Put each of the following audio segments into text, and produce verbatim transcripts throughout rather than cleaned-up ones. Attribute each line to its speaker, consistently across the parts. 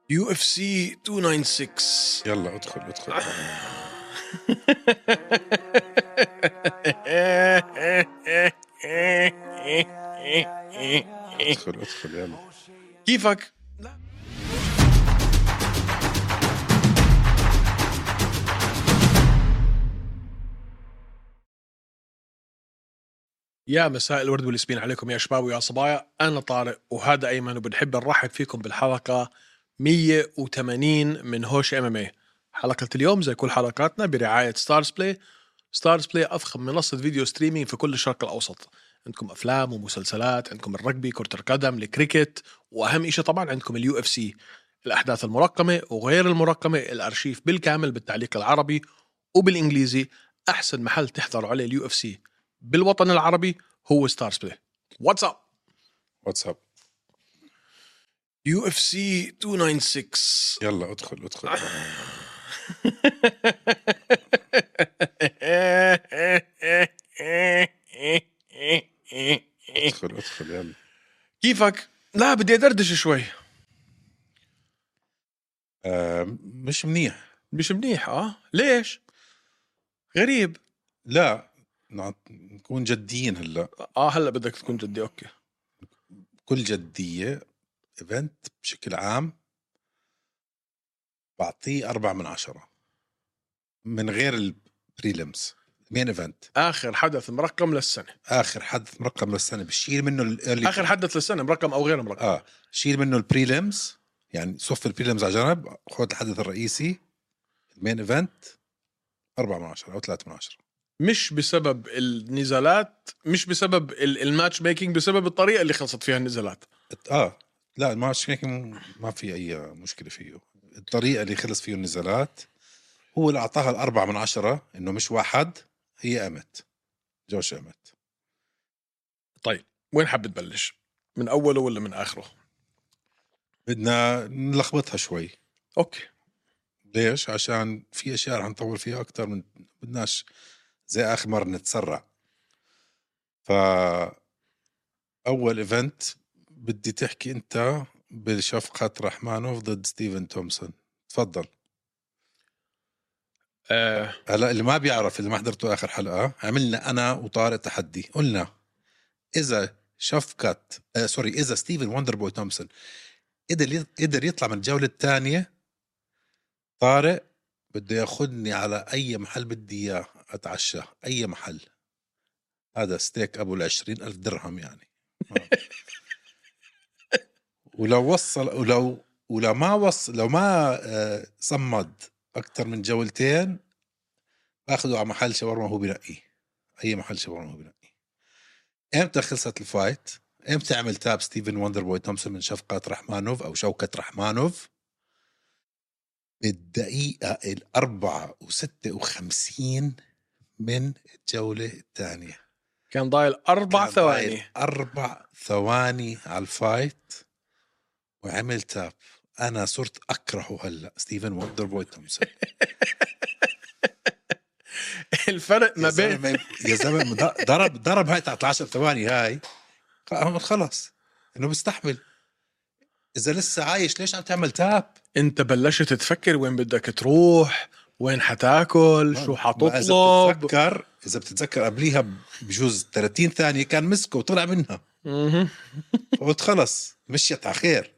Speaker 1: يو اف سي مئتين وستة وتسعين.
Speaker 2: يلا ادخل ادخل ادخل ادخل يلا.
Speaker 1: كيفك؟ لا. يا مساء الورد والياسمين عليكم يا شباب ويا صبايا، أنا طارق وهذا أيمن، وبنحب نرحب فيكم بالحلقة مية وثمانين من هوش ام ام اي. حلقة اليوم زي كل حلقاتنا برعاية ستارز بلاي. ستارز بلاي أفخم منصة فيديو ستريمينج في كل الشرق الأوسط. عندكم أفلام ومسلسلات، عندكم الرجبي، كرة القدم، الكريكت، وأهم إشي طبعا عندكم اليو اف سي، الأحداث المرقمة وغير المرقمة، الأرشيف بالكامل بالتعليق العربي وبالإنجليزي. أحسن محل تحضروا عليه اليو اف سي بالوطن العربي هو ستارز بلاي. واتساب
Speaker 2: واتساب
Speaker 1: يو اف سي مئتين وستة وتسعين.
Speaker 2: يلا ادخل ادخل ادخل ادخل يلا.
Speaker 1: كيفك؟ لا بدي أدردش شوي.
Speaker 2: آه مش منيح.
Speaker 1: مش منيح؟ اه ليش؟ غريب.
Speaker 2: لا نعط- نكون جديين هلا.
Speaker 1: اه هلا بدك تكون جدي. اوكي.
Speaker 2: كل جدية ايفنت بشكل عام بعطيه أربعة من عشرة من غير البريلمز. مين ايفنت
Speaker 1: اخر حدث مرقم للسنه.
Speaker 2: اخر حدث مرقم للسنه بشيل منه ال
Speaker 1: اخر حدث للسنه مرقم او غير مرقم.
Speaker 2: اه شيل منه البريلمز، يعني صف البريلمز على جنب، خذ الحدث الرئيسي المين ايفنت. أربعة من عشرة أو ثلاثة من عشرة.
Speaker 1: مش بسبب النزالات، مش بسبب ال- الماتش ميكينج، بسبب الطريقه اللي خلصت فيها النزالات.
Speaker 2: اه لا الماتش ميكينج ما في اي مشكله فيه، الطريقه اللي خلص فيه النزالات هو اللي اعطاها الأربعة من عشرة، انه مش واحد. هي امت جوش امت.
Speaker 1: طيب وين حاب تبلش؟ من اوله ولا من اخره؟
Speaker 2: بدنا نلخبطها شوي.
Speaker 1: اوكي.
Speaker 2: ليش؟ عشان في اشياء رح نطول فيها اكتر، من بدناش زي اخر مره نتسرع. ف اول ايفنت بدي تحكي انت بشفقة رحمانوف ضد ستيفن تومسون. تفضل.
Speaker 1: آه.
Speaker 2: هلا اللي ما بيعرف، اللي ما حضرته اخر حلقه، عملنا انا وطارق تحدي. قلنا اذا شفقت آه سوري اذا ستيفن وندر بوي تومسون قدر قدر يطلع من الجوله الثانيه، طارق بده ياخذني على اي محل بدي اياه اتعشى، اي محل. هذا ستيك ابو العشرين الف درهم يعني. ولو وصل ولو ولو ما وصل لو ما آه صمد اكثر من جولتين، باخذه على محل شاورما هو بنقي، اي محل شاورما هو بنقي. امتى خلصت الفايت؟ امتى عمل تاب ستيفن وندر بوي تومسون من شفقة رحمانوف او شوكة رحمانوف؟ بالدقيقة الأربعة وستة وخمسين من الجولة الثانية.
Speaker 1: كان ضايل اربع
Speaker 2: كان
Speaker 1: ثواني
Speaker 2: ضايل أربع ثواني على الفايت وعمل تاب. أنا صرت أكرهه هلأ ستيفن وندر بوي تومسون.
Speaker 1: الفرق ما
Speaker 2: يا
Speaker 1: بين
Speaker 2: زلمة يا زلمة ضرب ضرب هاي تاعت العشر ثواني هاي، خلص انه بيستحمل. اذا لسه عايش ليش عم تعمل تاب؟
Speaker 1: انت بلشت تفكر وين بدك تروح، وين حتاكل، شو
Speaker 2: ما اذا
Speaker 1: حتطلب.
Speaker 2: بتتذكر اذا بتتذكر قبليها بجوز ثلاثين ثانية كان مسكه وطلع منها.
Speaker 1: مهم.
Speaker 2: قلت خلص مشيت على خير.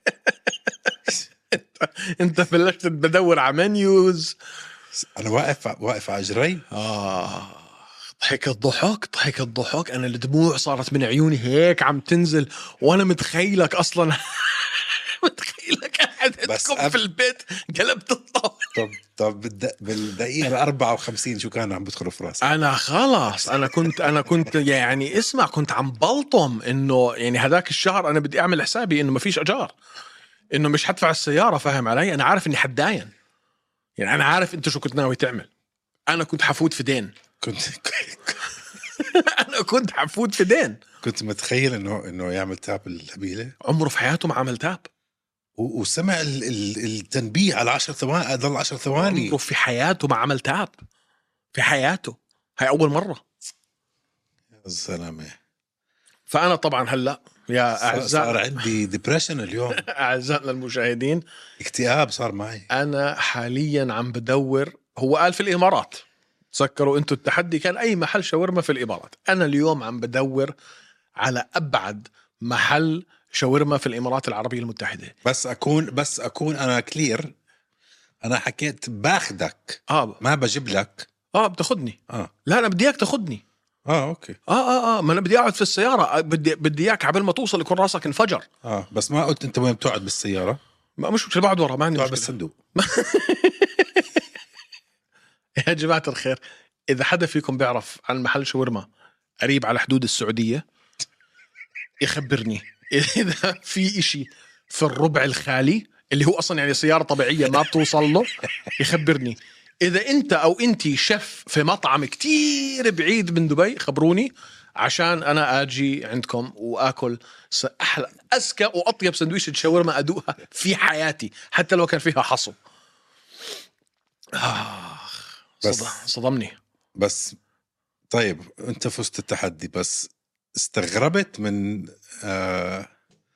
Speaker 1: انت بلشت بدور على منيوز.
Speaker 2: انا واقف واقف على اجري.
Speaker 1: آه ضحك الضحك ضحك الضحك أنا الدموع صارت من عيوني هيك عم تنزل، وأنا متخيلك أصلا متخيلك قاعد
Speaker 2: بس
Speaker 1: عندكم
Speaker 2: أب...
Speaker 1: في البيت قلبت الطاولة.
Speaker 2: طب طب بالد... بالدقيقة الأربعة وخمسين شو كان عم بدخل في راسي؟
Speaker 1: أنا خلاص أنا كنت أنا كنت يعني اسمع كنت عم بلطم إنه يعني هداك الشهر أنا بدي أعمل حسابي إنه ما فيش أجار، إنه مش حدفع السيارة، فاهم علي؟ أنا عارف إني حداين، يعني أنا عارف أنت شو كنت ناوي تعمل. أنا كنت حفوت في دين.
Speaker 2: كنت
Speaker 1: أنا كنت حفوت في دين.
Speaker 2: كنت متخيل إنه إنه يعمل تاب الهبيلة.
Speaker 1: عمره في حياته ما عمل تاب،
Speaker 2: و... وسمع ال... ال... التنبيه على عشر ثواني، ضل عشر ثواني.
Speaker 1: عمره في حياته ما عمل تاب في حياته، هاي أول مرة.
Speaker 2: الزلمة.
Speaker 1: فأنا طبعا هلأ يا
Speaker 2: صار,
Speaker 1: اعزائنا
Speaker 2: صار عندي ديبريشن اليوم.
Speaker 1: اعزائنا المشاهدين،
Speaker 2: اكتئاب صار معي.
Speaker 1: انا حاليا عم بدور. هو قال في الامارات، تذكروا انتوا التحدي كان اي محل شاورما في الامارات. انا اليوم عم بدور على ابعد محل شاورما في الامارات العربيه المتحده.
Speaker 2: بس اكون بس اكون انا كلير، انا حكيت باخدك
Speaker 1: اه
Speaker 2: ما بجيب لك.
Speaker 1: اه بتاخدني.
Speaker 2: اه
Speaker 1: لا انا بدي اياك تاخدني.
Speaker 2: اه اوكي.
Speaker 1: اه اه اه ما انا بدي اقعد في السياره، بدي بدي اياك قبل ما توصل يكون راسك انفجر.
Speaker 2: اه بس ما قلت انت وين بتقعد بالسياره؟
Speaker 1: ما مش مش بعد ورا، ما عندي
Speaker 2: بتقعد
Speaker 1: مشكله.
Speaker 2: بالصندوق.
Speaker 1: يا جماعه الخير، اذا حدا فيكم بيعرف عن محل شاورما قريب على حدود السعوديه يخبرني. اذا في اشي في الربع الخالي اللي هو اصلا يعني سياره طبيعيه ما بتوصل له يخبرني. اذا انت او انتي شيف في مطعم كتير بعيد من دبي خبروني، عشان انا اجي عندكم واكل احلى اذكى واطيب سندويشة شاورما ادوقها في حياتي، حتى لو كان فيها حصو. آه
Speaker 2: بس
Speaker 1: صدمني.
Speaker 2: بس طيب انت فزت التحدي، بس استغربت من آه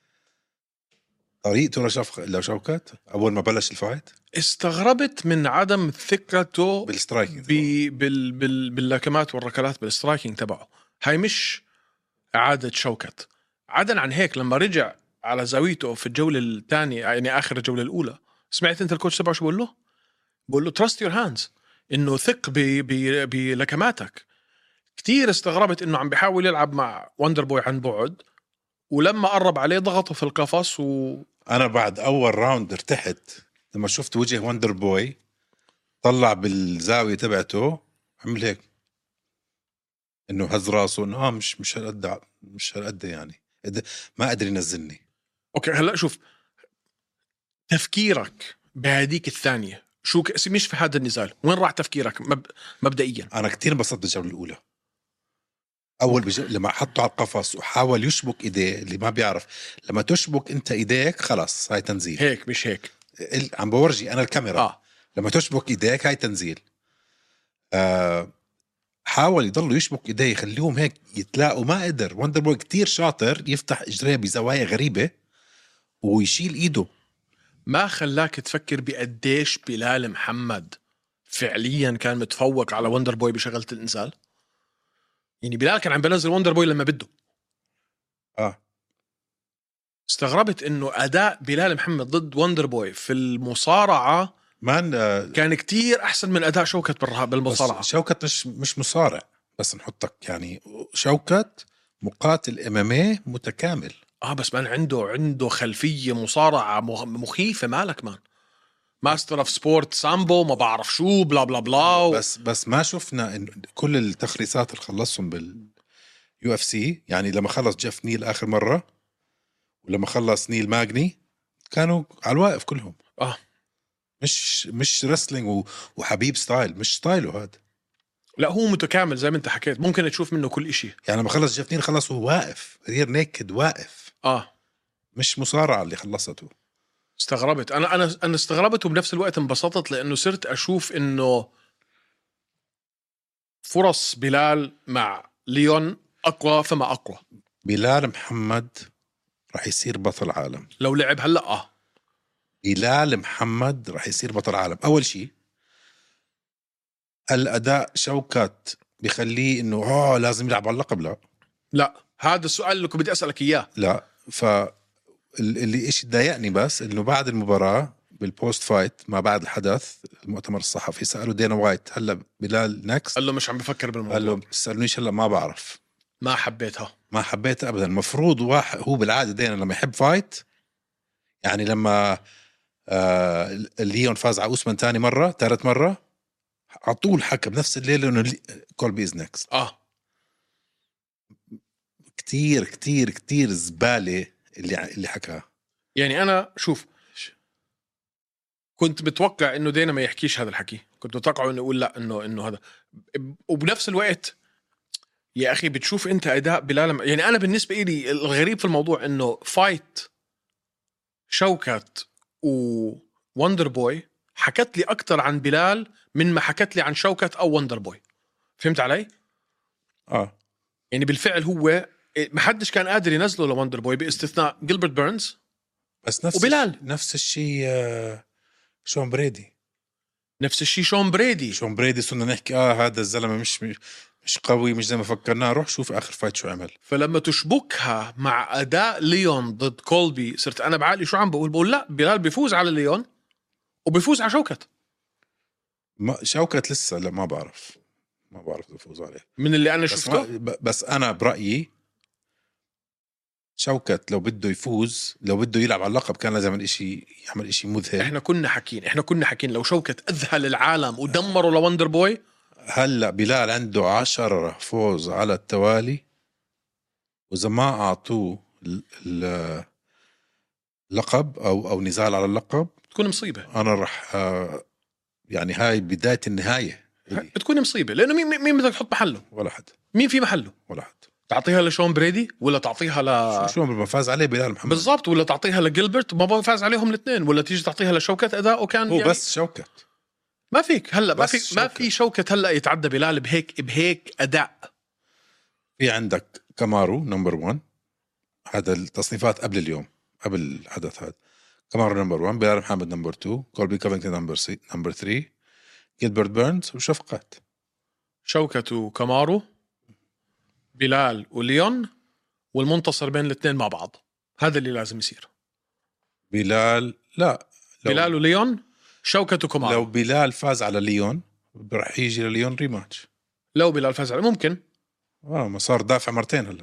Speaker 2: طريقته لشوف لشوكات اول ما بلش الفايت.
Speaker 1: استغربت من عدم ثقته
Speaker 2: بالسترايكينج
Speaker 1: بي بال بال باللكمات والركلات بالسترايكينج تبعه. هاي مش إعادة شوكت. عدا عن هيك لما رجع على زاويته في الجولة الثانية، يعني آخر الجولة الأولى، سمعت أنت الكوتش تبعه شو بقول له؟ بقول له trust your hands، إنه ثق بلكماتك. كتير استغربت إنه عم بيحاول يلعب مع وندر بوي عن بعد، ولما قرب عليه ضغطه في القفص. و
Speaker 2: انا بعد اول راوند ارتحت لما شفت وجه وندر بوي طلع بالزاويه تبعته عمل هيك، انه هز راسه انه اه مش مش هالقد مش هالقد يعني ما قدر ينزلني.
Speaker 1: اوكي هلا شوف تفكيرك بهديك الثانيه شو ك... مش في هذا النزال، وين راح تفكيرك مب... مبدئيا؟
Speaker 2: انا كتير انبسطت بالجوله الاولى. اول بجو... لما حطه على القفص وحاول يشبك ايديه، اللي ما بيعرف لما تشبك انت ايديك خلاص هاي تنزيل.
Speaker 1: هيك مش هيك
Speaker 2: ال... عم بورجي انا الكاميرا
Speaker 1: آه.
Speaker 2: لما تشبك ايديك هاي تنزيل. آه... حاول يضلوا يشبك ايديه يخليهم هيك يتلاقوا، ما قدر. وندر بوي كتير شاطر يفتح اجريه بزوايا غريبه ويشيل ايده.
Speaker 1: ما خلاك تفكر بقديش بلال محمد فعليا كان متفوق على وندر بوي بشغلة الإنزال؟ يعني بلال كان عم بنزل وندر بوي لما بده.
Speaker 2: اه
Speaker 1: استغربت انه اداء بلال محمد ضد وندر بوي في المصارعة
Speaker 2: مان آه...
Speaker 1: كان كتير احسن من اداء شوكت بالمصارعة.
Speaker 2: شوكت مش مش مصارع، بس نحطك يعني شوكت مقاتل امامي متكامل.
Speaker 1: اه بس مان عنده عنده خلفية مصارعة مخيفة. مالك مان ماستر اوف سبورت سامبو ما بعرف شو بلا بلا بلا و...
Speaker 2: بس بس ما شفنا إن كل التخليصات اللي خلصهم باليو اف سي، يعني لما خلص جيف نيل اخر مرة ولما خلص نيل ماغني كانوا على الواقف كلهم.
Speaker 1: اه
Speaker 2: مش مش رسلينج وحبيب ستايل، مش ستايله هذا.
Speaker 1: لا هو متكامل زي ما انت حكيت، ممكن تشوف منه كل اشي.
Speaker 2: يعني لما خلص جيف نيل خلص وهو واقف رير نيكد واقف،
Speaker 1: اه
Speaker 2: مش مصارعة اللي خلصته.
Speaker 1: استغربت انا انا انا استغربت وبنفس الوقت انبسطت، لانه صرت اشوف انه فرص بلال مع ليون اقوى فما اقوى.
Speaker 2: بلال محمد راح يصير بطل عالم
Speaker 1: لو لعب هلا اه
Speaker 2: بلال محمد راح يصير بطل عالم. اول شيء الاداء شوكات بيخليه انه اه لازم يلعب على اللقب. لا
Speaker 1: لا هذا السؤال اللي كنت بدي اسالك اياه.
Speaker 2: لا ف اللي ايش ضايقني بس انه بعد المباراه بالبوست فايت ما بعد الحدث المؤتمر الصحفي سالوا دينا وايت هلا بلال نكست،
Speaker 1: قال له مش عم بفكر بالموضوع.
Speaker 2: قال له سالونيش هلا ما بعرف.
Speaker 1: ما حبيتها
Speaker 2: ما حبيتها ابدا. المفروض واحد هو بالعاده دينا لما يحب فايت، يعني لما آه ليون فاز على اوسمان تاني مره ثالث مره على طول حكى بنفس الليله انه كولبي از نكست.
Speaker 1: اه
Speaker 2: كتير كتير كتير زباله اللي اللي حكاها.
Speaker 1: يعني انا شوف كنت متوقع انه دينا ما يحكيش هذا الحكي، كنت متوقع انه يقول لا انه انه هذا. وبنفس الوقت يا اخي بتشوف انت اداء بلال، يعني انا بالنسبه لي الغريب في الموضوع انه فايت شوكت ووندر بوي حكت لي اكثر عن بلال من ما حكت لي عن شوكت او وندر بوي. فهمت علي؟
Speaker 2: اه
Speaker 1: يعني بالفعل هو ما حدش كان قادر ينزله لوندر بوي باستثناء جيلبرت بيرنز
Speaker 2: بس نفس
Speaker 1: وبلال.
Speaker 2: نفس الشيء آه، شون بريدي
Speaker 1: نفس الشيء شون بريدي.
Speaker 2: شون بريدي صرنا نحكي اه هذا الزلمه مش مش قوي، مش زي ما فكرناه. روح شوف اخر فايت شو عمل.
Speaker 1: فلما تشبكها مع اداء ليون ضد كولبي صرت انا بعقلي شو عم بقول بقول لا بلال بيفوز على ليون وبيفوز على شوكت.
Speaker 2: ما شوكت لسه لا ما بعرف ما بعرف يفوز عليه
Speaker 1: من اللي انا
Speaker 2: بس,
Speaker 1: شفته.
Speaker 2: ما بس انا برايي شوكت لو بده يفوز، لو بده يلعب على اللقب كان لازم يعمل إشي يعمل إشي مذهل.
Speaker 1: احنا كنا حكين احنا كنا حكين لو شوكت اذهل العالم ودمروا لوندر بوي.
Speaker 2: هلا بلال عنده عشرة فوز على التوالي، واذا ما اعطوه اللقب او او نزال على اللقب
Speaker 1: بتكون مصيبه.
Speaker 2: انا رح آه يعني هاي بدايه النهايه إلي.
Speaker 1: بتكون مصيبه لانه مين مين بدك تحط محله؟
Speaker 2: ولا حد.
Speaker 1: مين في محله؟
Speaker 2: ولا حد.
Speaker 1: تعطيها لشون بريدي ولا تعطيها ل
Speaker 2: شو شو ما فاز عليه بلال محمد
Speaker 1: بالضبط، ولا تعطيها لجيلبرت ما فاز عليهم الاثنين، ولا تيجي تعطيها لشوكت اداؤه كان
Speaker 2: هو
Speaker 1: يعني
Speaker 2: بس شوكت.
Speaker 1: ما فيك هلا ما
Speaker 2: بس
Speaker 1: في ما
Speaker 2: شوكت.
Speaker 1: في شوكت هلا يتعدى بلال بهيك بهيك اداء.
Speaker 2: في عندك كامارو نمبر واحد، هذا التصنيفات قبل اليوم قبل الحدث هذا. كامارو نمبر واحد، بلال محمد نمبر اثنين، كولبي كوفينغتون نمبر نمبر ثلاثة، جيلبرت بيرنز وشفقات.
Speaker 1: شوكت وكامارو، بلال وليون، والمنتصر بين الاثنين مع بعض. هذا اللي لازم يصير.
Speaker 2: بلال لا لو
Speaker 1: بلال وليون، شوكت وكامارو.
Speaker 2: لو بلال فاز على ليون رح يجي لليون ريماتش.
Speaker 1: لو بلال فاز عليه ممكن.
Speaker 2: اه ما صار دافع مرتين. هلا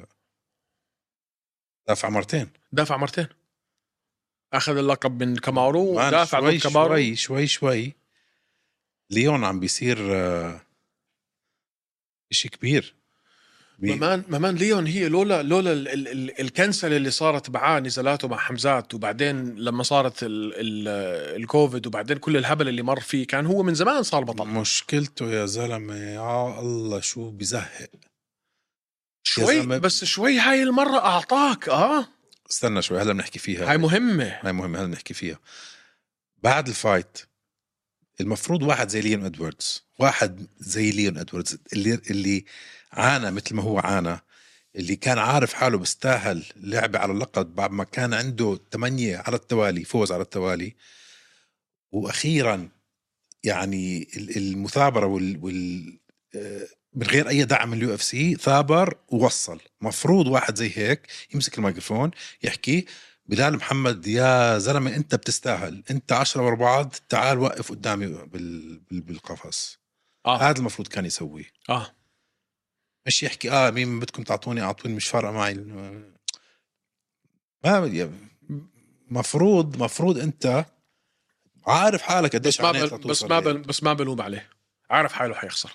Speaker 2: دافع مرتين
Speaker 1: دافع مرتين، اخذ اللقب من كامارو ودافع
Speaker 2: شوي
Speaker 1: ضد كامارو.
Speaker 2: شوي شوي شوي ليون عم بيصير آه شيء كبير. بي...
Speaker 1: ممان ممان ليون هي لولا لولا ال ال ال الكنسل اللي صارت معاه نزالاته مع حمزات، وبعدين لما صارت ال ال الكوفيد، وبعدين كل الهبل اللي مر فيه، كان هو من زمان صار بطل.
Speaker 2: مشكلته يا زلمة يا الله شو بزهق
Speaker 1: شوي بس شوي هاي المرة أعطاك اه
Speaker 2: استنى شوي هلا بنحكي فيها.
Speaker 1: هاي مهمة
Speaker 2: هاي مهمة هلا بنحكي فيها. بعد الفايت المفروض واحد زي ليون ادواردز، واحد زي ليون ادواردز اللي اللي عانى مثل ما هو عانى، اللي كان عارف حاله بيستاهل لعبة على اللقب بعد ما كان عنده ثمانية على التوالي فوز على التوالي، وأخيرا يعني المثابرة وال, وال... من غير أي دعم من اليو اف سي ثابر ووصل. مفروض واحد زي هيك يمسك الميكروفون يحكي بلال محمد يا زلمة أنت بتستاهل، أنت عشرة ورا بعض، تعال وقف قدامي بال... بالقفص.
Speaker 1: آه.
Speaker 2: هذا المفروض كان يسويه.
Speaker 1: اه
Speaker 2: مش يحكي اه مين بدكم تعطوني اعطوني مش فارقه معي. ما مفروض مفروض انت عارف حالك قديش
Speaker 1: بس ما بل بس ما بل بس ما بلوم عليه، عارف حاله حيخسر.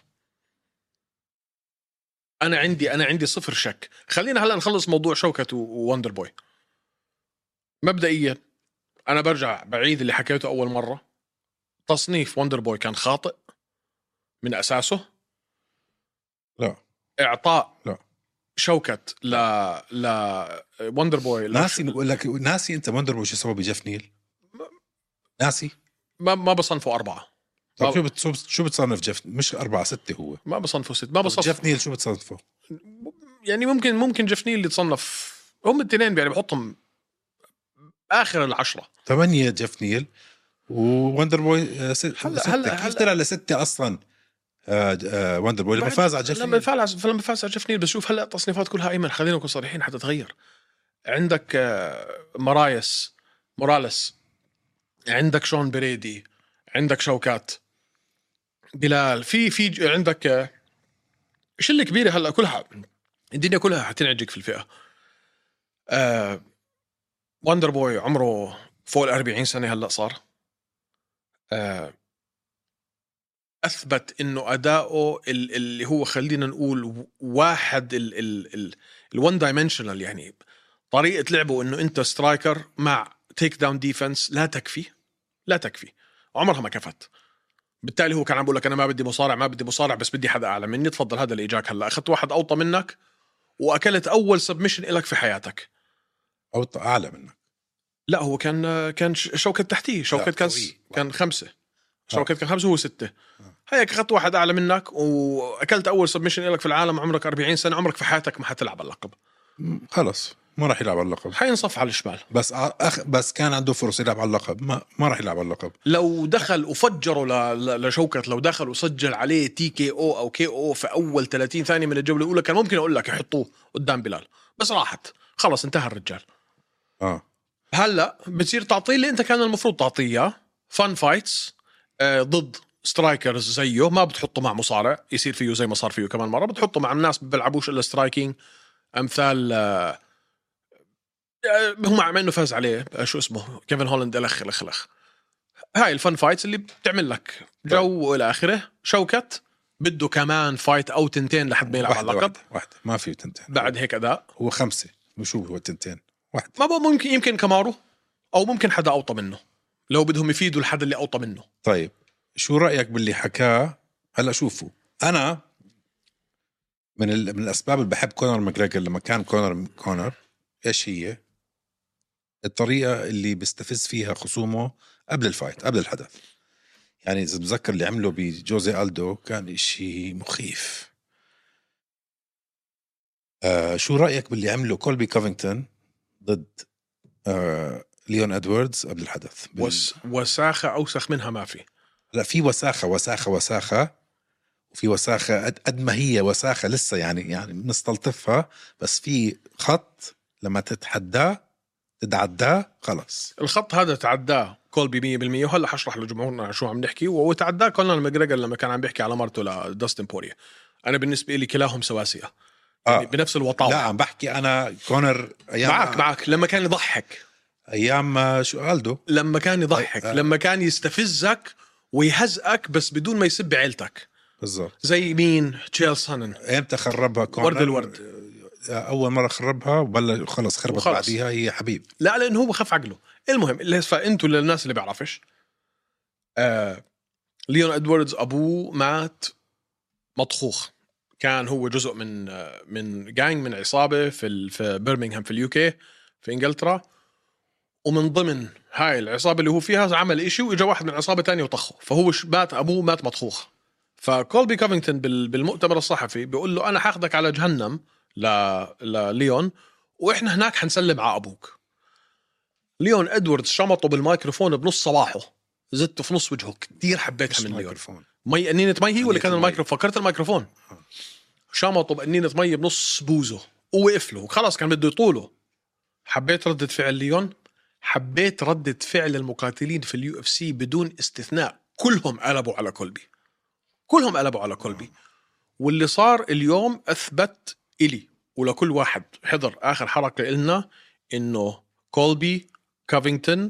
Speaker 1: انا عندي انا عندي صفر شك. خلينا هلا نخلص موضوع شوكت ووندر بوي. مبدئيا انا برجع بعيد اللي حكيته اول مره، تصنيف وندر بوي كان خاطئ من اساسه.
Speaker 2: لا
Speaker 1: اعطاء
Speaker 2: لا
Speaker 1: شوكت ل ل وندر بوي.
Speaker 2: ناسي بقول لك ناسي انت وندر بوي شو سوى بجيف نيل؟ ناسي
Speaker 1: ما ما بصنفوا أربعة.
Speaker 2: طب شو بت شو بتصنف جيف؟ مش أربعة ستة هو
Speaker 1: ما بصنفوا ست. ما بصنف
Speaker 2: جيف نيل شو بتصنفه؟
Speaker 1: يعني ممكن ممكن جيف نيل اللي تصنف هم الاثنين يعني بحطهم آخر العشرة.
Speaker 2: ثمانية جيف نيل ووندر بوي ستة.
Speaker 1: هلا هلا
Speaker 2: كيف طلع لستة أصلا؟ آه آه وندر بوي لما فاز على جيف
Speaker 1: لما
Speaker 2: نيل.
Speaker 1: فاز لما فاز على جيف نيل. بس شوف هلا التصنيفات كلها أيمن، خلينا نكون صريحين حتى تغير. عندك مرايس موراليس، عندك شون بريدي، عندك شوكات، بلال، في في عندك شلة كبيرة هلا كلها الدنيا كلها حتنعجك في الفئة. آه وندر بوي عمره فوق الأربعين سنة هلا صار. آه أثبت إنه أداؤه اللي هو خلينا نقول واحد ال ال ال الون دايمنشنال، يعني طريقة لعبه إنه أنت سترايكر مع تيك داون ديفنس لا تكفي لا تكفي عمرها ما كفت. بالتالي هو كان عم بقول لك أنا ما بدي مصارع ما بدي مصارع بس بدي حدا أعلى مني. تفضل هذا اللي إجاك هلا، أخذت واحد أوطى منك وأكلت أول سبمشن إلك في حياتك.
Speaker 2: أوطى أعلى منك؟
Speaker 1: لا هو كان كان شوكت تحتيه. شوكت كان كان خمسة. شوكت كان خمسة هو ستة. هيك أخذت واحد أعلى منك وأكلت أول سبمشن إلك في العالم. عمرك أربعين سنة، عمرك في حياتك ما حتلعب اللقب.
Speaker 2: خلص ما راح يلعب على اللقب.
Speaker 1: حينصف على الشمال.
Speaker 2: بس أخ بس كان عنده فرص يلعب على اللقب، ما ما راح يلعب على اللقب.
Speaker 1: لو دخل وفجروا ل... ل- لشوكت، لو دخل وسجل عليه تي كي او او كي او في اول ثلاثين ثانيه من الجوله الاولى، كان ممكن اقول لك يحطوه قدام بلال، بس راحت خلص انتهى الرجال.
Speaker 2: اه
Speaker 1: هلا بتصير تعطيه اللي انت كان المفروض تعطيه، فان فايتس آه ضد سترايكرز زيه، ما بتحطه مع مصارع يصير فيه زي ما صار فيه كمان مره، بتحطه مع الناس بيلعبوش الا سترايكينج، امثال آه هم مع انه فاز عليه آه شو اسمه كيفن هولاند، الخ الخ الخ هاي الفن فايتس اللي بتعمل لك جو والى اخره. شوكت بده كمان فايت او تنتين لحد ما يلعب على اللقب.
Speaker 2: واحدة, واحدة ما في تنتين
Speaker 1: بعد هيك اداء
Speaker 2: هو خمسة، وشو هو تنتين واحد.
Speaker 1: ما بقى ممكن، يمكن كامارو او ممكن حدا اوطى منه لو بدهم يفيدوا الحدا اللي اوطى منه.
Speaker 2: طيب شو رأيك باللي حكاه هلا؟ شوفوا انا من ال... من الاسباب اللي بحب كونر ماجريجر لما كان كونر كونر ايش هي الطريقة اللي بيستفز فيها خصومه قبل الفايت قبل الحدث. يعني إذا بتذكر اللي عمله بجوزي ألدو كان إشي مخيف. آه شو رأيك باللي عمله كولبي كوفينغتون ضد آه ليون أدواردز قبل الحدث؟ بال...
Speaker 1: وس... وساخة أوسخ منها ما في.
Speaker 2: لا في وساخة وساخة وساخة وفي وساخة قد... قد ما هي وساخة لسه يعني يعني بنستلطفها، بس في خط لما تتحداه تتعداه خلص.
Speaker 1: الخط هذا تعداه كولبي مية بالمية، وهلا حشرح لجمهورنا شو عم نحكي. وتعداه كونر ماجريجر لما كان عم بيحكي على مرته لداستن بوريا. أنا بالنسبة لي كلاهم سواسية يعني
Speaker 2: آه.
Speaker 1: بنفس الوطاوة.
Speaker 2: لا عم بحكي أنا كونر أيام
Speaker 1: معك معك لما كان يضحك،
Speaker 2: أيام شو ألدو
Speaker 1: لما كان يضحك
Speaker 2: آه.
Speaker 1: لما كان يستفزك ويهزئك بس بدون ما يسب عيلتك.
Speaker 2: بالضبط.
Speaker 1: زي مين؟ تشيل سانن.
Speaker 2: امتى خربها كونر؟
Speaker 1: ورد الورد
Speaker 2: اول مره خربها وبلا خلص خربت
Speaker 1: وخلص.
Speaker 2: بعديها هي حبيب.
Speaker 1: لا لانه هو بخف عقله. المهم اللي فانتوا للناس اللي بيعرفش، آه ليون ادواردز ابوه مات مطخوخ. كان هو جزء من آه من جانج، من عصابه في في برمنغهام في اليوكي في انجلترا، ومن ضمن هاي العصابه اللي هو فيها عمل إشي واجا واحد من عصابه تانية وطخه، فهو مات ابوه مات مطخوخ. فكولبي كوفينغتون بالمؤتمر الصحفي بيقول له انا حاخدك على جهنم ل... لليون، واحنا هناك حنسلم على ابوك. ليون ادواردز شمطه بالميكروفون بنص صباحه، زدته في نص وجهه. كتير حبيتها من ليون. مي قنينة مي هي ولا كان الميكروفون؟ فكرت الميكروفون. شمطه بقنينة مي بنص بوزه ووقف له وخلاص كان بده يطوله. حبيت ردة فعل ليون، حبيت ردة فعل المقاتلين في اليو اف سي بدون استثناء، كلهم قلبوا على كولبي، كلهم قلبوا على كولبي. واللي صار اليوم أثبت إلي ولكل واحد حضر آخر حلقة إلنا إنه كولبي كوفينغتون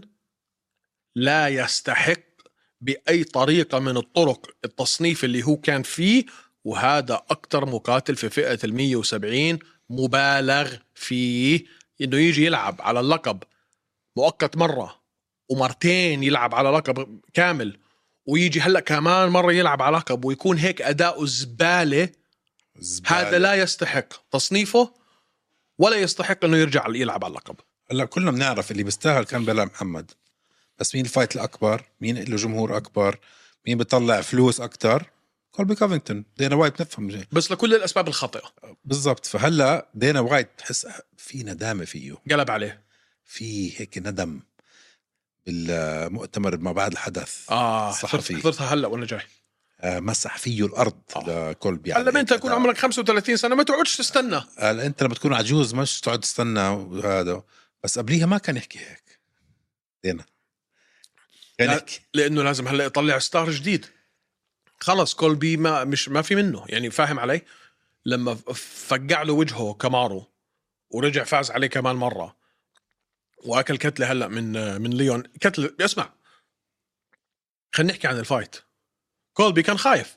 Speaker 1: لا يستحق بأي طريقة من الطرق التصنيف اللي هو كان فيه، وهذا أكتر مقاتل في فئة المية وسبعين مبالغ فيه إنه يجي يلعب على اللقب مؤقت مرة ومرتين يلعب على لقب كامل، ويجي هلأ كمان مرة يلعب على لقب ويكون هيك أداؤه زبالة. زبالة. هذا لا يستحق تصنيفه ولا يستحق إنه يرجع يلعب على اللقب.
Speaker 2: هلا كلنا بنعرف اللي بيستاهل كان بلال محمد، بس مين الفايت الأكبر؟ مين له جمهور أكبر؟ مين بيطلع فلوس أكتر؟ كولبي كوفينغتون. دينا وايت نفهم جاي.
Speaker 1: بس لكل الأسباب الخاطئة.
Speaker 2: بالضبط. فهلا دينا وايت تحس في ندامة فيه،
Speaker 1: قلب عليه
Speaker 2: في هيك ندم بالمؤتمر ما بعد الحدث.
Speaker 1: آه صحفي حضرتها هلا وانا جاي.
Speaker 2: آه مسح فيه الارض آه. لكولبي.
Speaker 1: هلا انت تكون عمرك خمسة وثلاثين سنه ما تقعدش تستنى.
Speaker 2: هلا انت لما تكون عجوز مش تقعد تستنى هذا، بس قبليها ما كان يحكي هيك دينا. كان
Speaker 1: لا
Speaker 2: يحكي
Speaker 1: لانه لازم هلا يطلع ستار جديد. خلص كولبي ما مش ما في منه يعني، فاهم علي؟ لما فقع له وجهه كامارو ورجع فاز عليه كمان مره واكل كتله هلا من من ليون كتله. اسمع خلينا نحكي عن الفايت. كولبي كان خايف.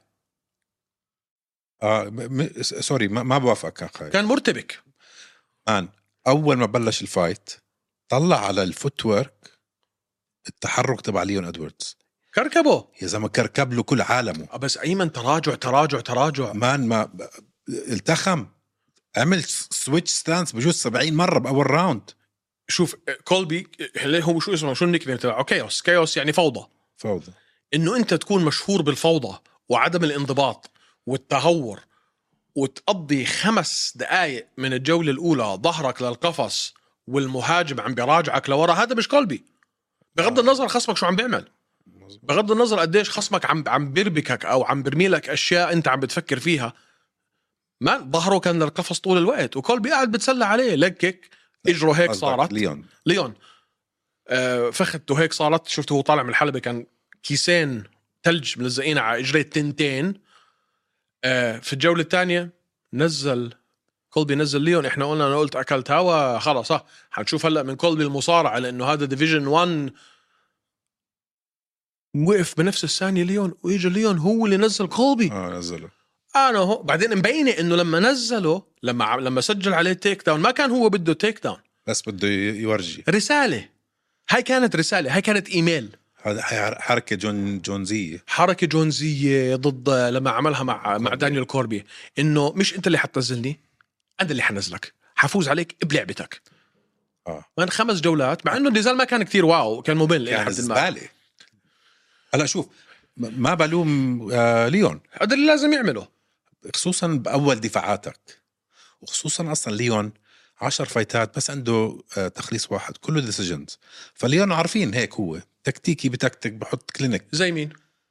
Speaker 2: اه م... سوري ما, ما بوافق. كان خايف،
Speaker 1: كان مرتبك.
Speaker 2: مان اول ما بلش الفايت طلع على الفوتورك التحرك تبع ليون ادواردز،
Speaker 1: كركبه
Speaker 2: يا زلمه كركب له كل عالمه.
Speaker 1: بس ايمن تراجع تراجع تراجع
Speaker 2: مان ما التخم، عمل سويتش ستانس بجوز سبعين مره باول راوند.
Speaker 1: شوف كولبي هو شو اسمه، شو النيك نيم تبعه؟ كايوس. كايوس يعني فوضى.
Speaker 2: فوضى.
Speaker 1: انه انت تكون مشهور بالفوضى وعدم الانضباط والتهور وتقضي خمس دقائق من الجولة الأولى ظهرك للقفص والمهاجم عم بيراجعك لورا، هذا مش كولبي. بغض النظر خصمك شو عم بيعمل، بغض النظر قديش خصمك عم عم بيربكك أو عم برميلك أشياء أنت عم بتفكر فيها، ما ظهره كان للقفص طول الوقت، وكولبي قاعد بتسلى عليه لكك اجره هيك صارت.
Speaker 2: ليون
Speaker 1: ليون آه فخدته هيك صارت. شفته هو طالع من الحلبة كان كيسين ثلج ملزقين على اجريه تنتين. آه في الجولة الثانية نزل كولبي، نزل ليون. احنا قلنا، انا قلت اكلت هوا خلاص صح، حنشوف هلا من كولبي المصارعة لانه هذا ديفيجن واحد. وقف بنفس الثانية ليون، ويجي ليون هو اللي نزل كولبي.
Speaker 2: اه نزله
Speaker 1: انا هو بعدين مبينه انه لما نزله، لما لما سجل عليه تيك داون، ما كان هو بده تيك داون،
Speaker 2: بس بده يورجي
Speaker 1: رسالة. هاي كانت رسالة، هاي كانت ايميل.
Speaker 2: هذا حركة جون جونزية،
Speaker 1: حركة جونزية ضد لما عملها مع مع دانيال كوربي، انه مش انت اللي حتنزلني، انا اللي حنزلك، حفوز عليك بلعبتك.
Speaker 2: اه
Speaker 1: من خمس جولات، مع انه النزال ما كان كتير واو، كان ممل الى
Speaker 2: كان
Speaker 1: حد ما.
Speaker 2: زبالة. هلا شوف، ما بلوم آه ليون،
Speaker 1: هذا اللي لازم يعمله،
Speaker 2: خصوصا بأول دفاعاتك، وخصوصا أصلا ليون عشر فايتات بس عنده آه تخليص واحد كله ديسيجنز. فليون عارفين هيك، هو تكتيكي بتكتك، بحط كلينيك.
Speaker 1: زي مين؟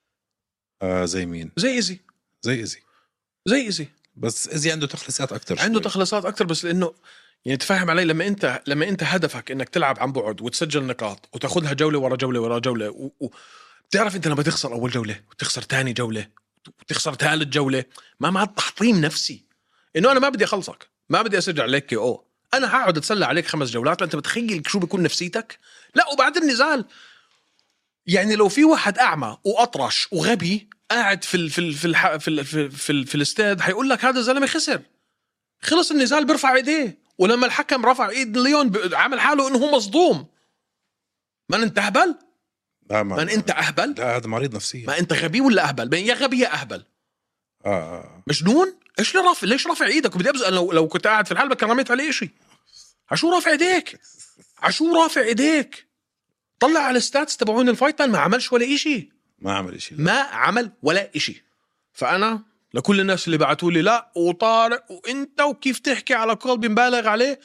Speaker 2: آه زي مين؟
Speaker 1: زي ايزي.
Speaker 2: زي إيزي
Speaker 1: زي ايزي
Speaker 2: بس إيزي عنده تخليصات أكتر،
Speaker 1: عنده
Speaker 2: شوي.
Speaker 1: تخلصات اكتر، بس لانه يعني تفهم علي، لما انت لما انت هدفك انك تلعب عن بعد وتسجل نقاط وتاخذها جوله ورا جوله ورا جوله، و... و... بتعرف انت لما تخسر اول جوله وتخسر تاني جوله وتخسر ثالث جوله، ما مع تحطيم نفسي انه انا ما بدي اخلصك، ما بدي اسجل عليك كي او، انا هقعد اتسلى عليك خمس جولات. انت متخيل شو بيكون نفسيتك؟ لا، وبعد النزال يعني لو في واحد اعمى واطرش وغبي قاعد في ال... في ال... في ال... في ال... في, ال... في, ال... في الاستاد حيقول لك هذا زلمه خسر. خلص النزال بيرفع ايديه، ولما الحكم رفع ايد ليون عمل حاله انه هو مصدوم. ما انت اهبل؟
Speaker 2: لا ما,
Speaker 1: ما انت اهبل؟
Speaker 2: لا هذا مريض نفسيا.
Speaker 1: ما انت غبي ولا اهبل؟ يا غبي يا اهبل.
Speaker 2: آه, آه.
Speaker 1: مجنون. ايش اللي رافع؟ ليش رافع ايدك؟ بدي ابزق. لو لو كنت قاعد في الحلبة كان رميت عليه شيء. عشو رافع ايديك؟ عشو رافع ايديك؟ طلع على الستاتس تبعون الفايت مان، ما عملش ولا شيء.
Speaker 2: ما عمل شيء،
Speaker 1: ما عمل ولا شيء. فانا لكل الناس اللي بعتوا لي لا وطارق وانت وكيف تحكي على كولبي مبالغ عليه،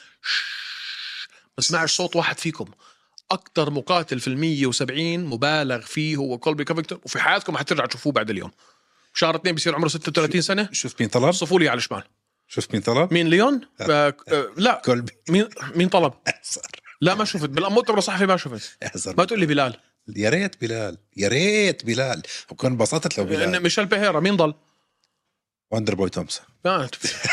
Speaker 1: ما سمعش صوت واحد فيكم. اكتر مقاتل في المية وسبعين مبالغ فيه هو كولبي كوفينغتون، وفي حياتكم حترجع تشوفوه بعد اليوم. شهر اثنين بيصير عمره ستة وثلاثين سنة.
Speaker 2: شوف مين طلب؟
Speaker 1: صفوا لي على الشمال.
Speaker 2: شوف مين طلب؟
Speaker 1: مين؟ ليون؟ آه آه لا
Speaker 2: كولبي.
Speaker 1: مين مين طلب؟
Speaker 2: احزر.
Speaker 1: لا ما شفت بالمؤتمر الصحفي، ما شفت.
Speaker 2: احزر.
Speaker 1: ما تقول لي بلال.
Speaker 2: يا ريت بلال، يا ريت بلال، وكان انبسطت لو بلال.
Speaker 1: ميشيل بيهيرا. مين ضل؟
Speaker 2: وندر بوي تومسون.
Speaker 1: ما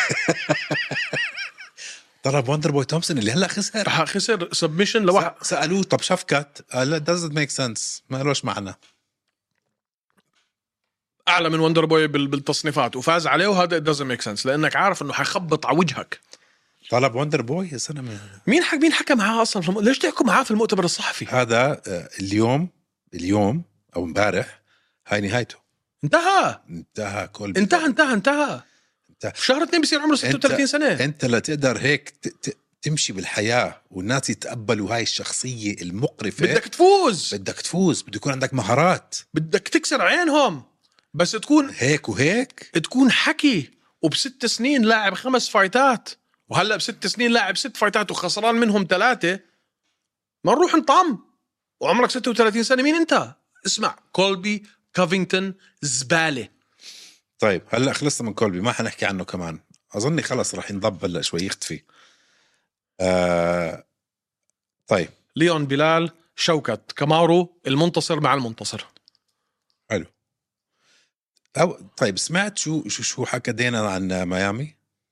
Speaker 2: طلب وندر بوي تومسون اللي هلا خسر.
Speaker 1: خسر سبمشن لواحد.
Speaker 2: سألوه طب شفكت، قال لا doesn't make sense، ما لوش معنى.
Speaker 1: اعلى من وندر بوي بالتصنيفات وفاز عليه، وهذا doesn't make sense لانك عارف انه حيخبط على وجهك.
Speaker 2: طلب وندر بوي يا زلمه.
Speaker 1: مين حق مين حكى معاه اصلا في الم... ليش تحكوا معاه في المؤتمر الصحفي؟
Speaker 2: هذا اليوم اليوم او امبارح هاي نهايته.
Speaker 1: انتهى
Speaker 2: انتهى كل
Speaker 1: انتهى انتهى انتهى
Speaker 2: انتهى.
Speaker 1: في شهر اثنين بصير عمره ستة وثلاثين سنة.
Speaker 2: انت لا تقدر هيك ت... ت... تمشي بالحياة والناس يتقبلوا هاي الشخصية المقرفة.
Speaker 1: بدك تفوز،
Speaker 2: بدك تفوز، بده يكون عندك مهارات،
Speaker 1: بدك تكسر عينهم، بس تكون
Speaker 2: هيك وهيك
Speaker 1: تكون حكي. وبست سنين لاعب خمس فايتات، وهلأ بست سنين لاعب ست فايتات وخسران منهم ثلاثة، ما نروح نطعم. وعمرك ستة وثلاثين سنة. مين انت؟ اسمع، كولبي كوفينغتون زبالة.
Speaker 2: طيب هلأ خلصنا من كولبي، ما حنحكي عنه كمان، أظني خلص رح ينضب هلأ شوي يختفي. آه طيب
Speaker 1: ليون بلال شوكت كامارو المنتصر مع المنتصر.
Speaker 2: حلو. أو طيب سمعت شو شو شو حكى دينا عن ميامي؟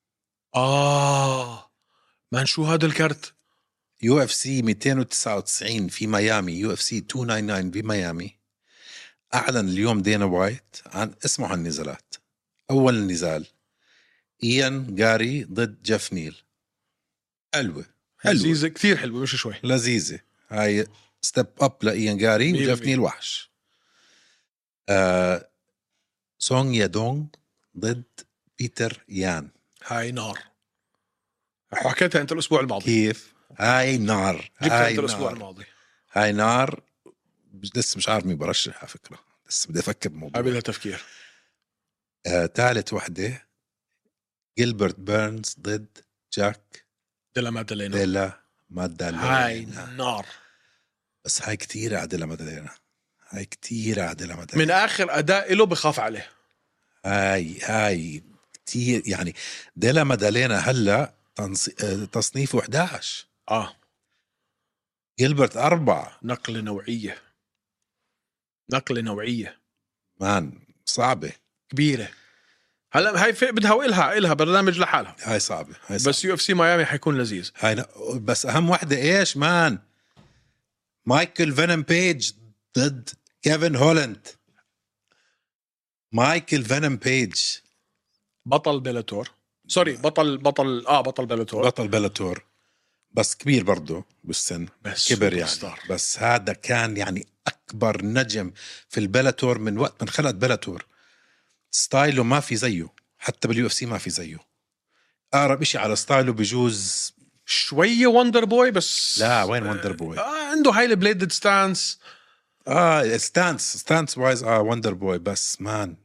Speaker 1: آه مان شو هذا الكرت؟
Speaker 2: يو اف سي مئتين وتسعة وتسعين في ميامي، يو اف سي مئتين وتسعة وتسعين في ميامي. أعلن اليوم دينا وايت عن اسمه عن النزالات. أول نزال إيان جاري ضد جيف نيل. حلوة
Speaker 1: لذيذة كثير حلوة، مش شوي
Speaker 2: لذيذة. هاي ستيب أب لإيان جاري وجيف نيل وحش. آه سونغ يادونغ ضد بيتر يان.
Speaker 1: هاي نار، حكيتها أنت الأسبوع الماضي.
Speaker 2: كيف؟ هاي نار،
Speaker 1: جبتها أنت الأسبوع الماضي.
Speaker 2: هاي نار. لسه مش عارف مين برشح على فكرة، لسه بدي أفكر بالموضوع.
Speaker 1: هاي بدها تفكير.
Speaker 2: آه، ثالث وحدة جيلبرت بيرنز ضد جاك
Speaker 1: ديلا مادالينا.
Speaker 2: ديلا مادالينا.
Speaker 1: هاي نار.
Speaker 2: بس هاي كتير عدلة مادالينا. هاي كتير عدلة مادالينا.
Speaker 1: من آخر أداء له بخاف عليه.
Speaker 2: هاي هاي كتير يعني. ديلا مادالينا هلا تنص... تصنيفه إحدى عشر.
Speaker 1: آه
Speaker 2: جيلبرت أربعة.
Speaker 1: نقلة نوعية. نقلة نوعية
Speaker 2: مان صعبة
Speaker 1: كبيرة. هلا هاي في بدها وإلها إلها برنامج لحالها.
Speaker 2: هاي صعبة. هاي صعبة.
Speaker 1: بس يو اف سي ميامي حيكون لذيذ.
Speaker 2: هاي ن... بس أهم واحدة إيش مان؟ مايكل فينم بيج ضد كيفن هولاند. مايكل فينم بيج
Speaker 1: بطل بيلاتور. سوري بطل بطل اه بطل بيلاتور.
Speaker 2: بطل بيلاتور بس كبير برضه بالسن.
Speaker 1: بس
Speaker 2: كبر يعني
Speaker 1: ستار.
Speaker 2: بس هذا كان يعني أكبر نجم في البيلاتور من وقت من خلقت بيلاتور. ستايله ما في زيه حتى باليو اف سي ما في زيه. أقرب إشي على ستايله بجوز
Speaker 1: شوية وندر بوي بس.
Speaker 2: لا وين وندر بوي.
Speaker 1: آه عنده هايلي بليدد ستانس.
Speaker 2: اه ستانس ستانس وايز اه وندر بوي بس مان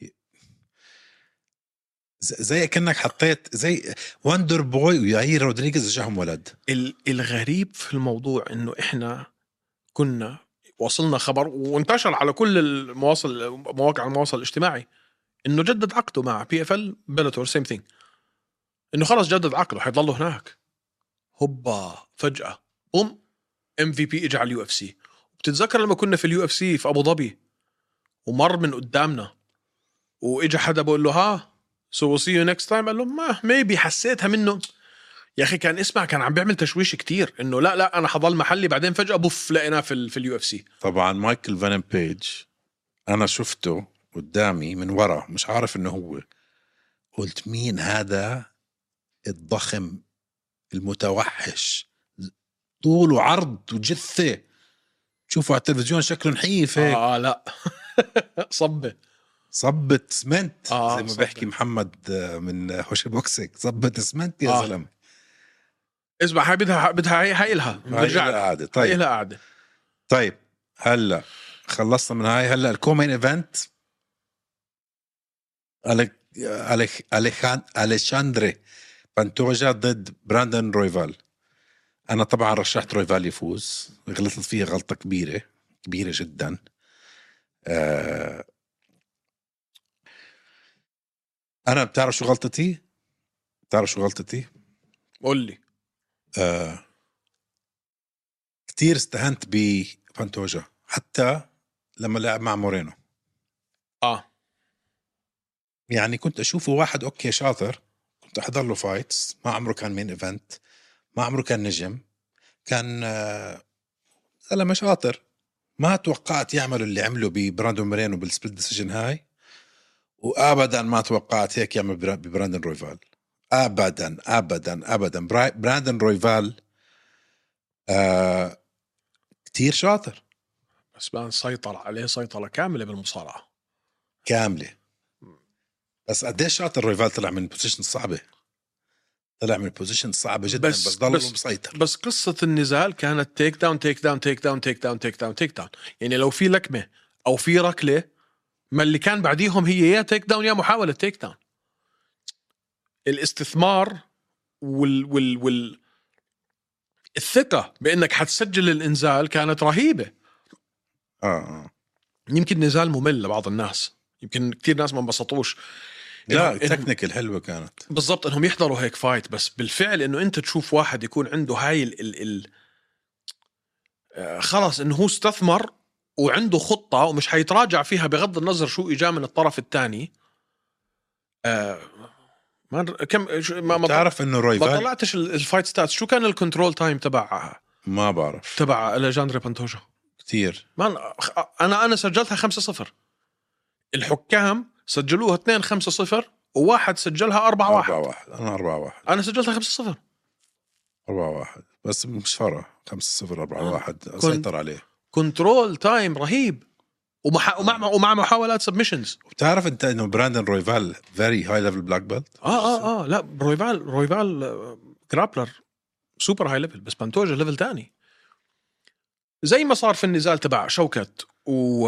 Speaker 2: زي كأنك حطيت زي وندر بوي وياير رودريغيز جاهم ولد.
Speaker 1: الغريب في الموضوع انه احنا كنا وصلنا خبر وانتشر على كل المواصل مواقع المواصل الاجتماعي انه جدد عقده مع بي اف ال بيلاتور سيم ثينج. انه خلص جدد عقده حيضله هناك. هوبا فجأة بوم ام في بي اجى على اليو اف سي. بتتذكر لما كنا في اليو اف سي في ابو ظبي ومر من قدامنا واجى حدا بقول له ها سو سي يو نيكست تايم. قال له ما ميبي حسيتها منه يا اخي. كان اسمع كان عم بيعمل تشويش كتير انه لا لا انا حضل محلي. بعدين فجأة بوف لقيناه في في اليو اف سي.
Speaker 2: طبعا مايكل فان بيج انا شفته قدامي من ورا مش عارف انه هو. قلت مين هذا الضخم المتوحش طول وعرض وجثة. شوفوا على التلفزيون شكله نحيف هيك.
Speaker 1: اه لا صبه
Speaker 2: صبت سمنت
Speaker 1: آه
Speaker 2: زي ما
Speaker 1: صبت.
Speaker 2: بيحكي محمد من هوش بوكسك. صبت سمنت يا
Speaker 1: آه.
Speaker 2: زلمه.
Speaker 1: اسمع هاي بدها بدها هاي هاي إلها نرجع لها.
Speaker 2: قاعدة.
Speaker 1: هاي
Speaker 2: طيب
Speaker 1: إلها قاعدة.
Speaker 2: طيب هلا خلصنا من هاي. هلا الكومين ايفنت أليك أليك أليخان أليشاندري بانتوجا ضد براندن رويفال. أنا طبعا رشحت رويفال يفوز. غلطت فيها غلطة كبيرة كبيرة جدا. آه أنا بتعرف شو غلطتي؟ بتعرف شو غلطتي؟
Speaker 1: قول لي.
Speaker 2: آه كتير استهنت ببانتوجا حتى لما لعب مع مورينو.
Speaker 1: اه
Speaker 2: يعني كنت أشوفه واحد أوكي شاطر. كنت أحضر له فايتس. ما عمره كان مين إيفنت. ما عمره كان نجم. كان آه زلمة شاطر. ما توقعت يعملوا اللي عمله ببراندون مورينو بالسبلت ديسيجن هاي. وأبدا ما توقعت هيك يعمل ببراندن رويفال. أبدا أبدا أبدا. براندن رويفال آه كتير شاطر.
Speaker 1: بس بان سيطر عليه سيطرة كاملة بالمصارعة
Speaker 2: كاملة. بس قديش شاطر رويفال. طلع من بوزيشن صعبة. طلع من بوزيشن صعبة جدا بس, بس ضل مسيطر.
Speaker 1: بس قصة النزال كانت تيك داون تيك داون تيك داون تيك داون تيك داون تيك داون. يعني لو في لكمة أو في ركلة ما اللي كان بعديهم هي يا تيك داون يا محاولة تيك داون. الاستثمار وال وال وال الثقة بأنك حتسجل الإنزال كانت رهيبة.
Speaker 2: آه آه.
Speaker 1: يمكن نزال ممل لبعض الناس. يمكن كتير ناس ما انبسطوش.
Speaker 2: لا تكنيكال حلوة كانت
Speaker 1: بالضبط انهم يحضروا هيك فايت. بس بالفعل انه انت تشوف واحد يكون عنده هاي ال ال ال آه خلاص انه هو استثمر وعنده خطة ومش حيتراجع فيها بغض النظر شو اجا من الطرف الثاني. آه ما كم ما ما
Speaker 2: تعرف انه رويفال
Speaker 1: ما طلعتش الفايت ستاتس. شو كان الكنترول تايم تبع
Speaker 2: ما بعرف
Speaker 1: تبع أليجاندري بانتوجا؟
Speaker 2: كتير.
Speaker 1: ما انا انا سجلتها خمسة صفر. الحكام سجلوها اثنين خمسة صفر وواحد سجلها أربعة واحد.
Speaker 2: أربعة واحد. أنا أربعة واحد.
Speaker 1: أنا سجلتها خمسة صفر.
Speaker 2: أربعة واحد بس مش فرق. خمسة صفر أربعة واحد
Speaker 1: كن...
Speaker 2: سيطر عليه.
Speaker 1: كنترول تايم رهيب ومح... ومع ومع محاولات سبمشنز.
Speaker 2: وبتعرف أنت إنه براندن رويفال very high level black belt.
Speaker 1: آه آه آه لا رويفال رويفال جرابلر سوبر هاي ليفل. بس بانتوجا ليفل تاني. زي ما صار في النزال تبع شوكت و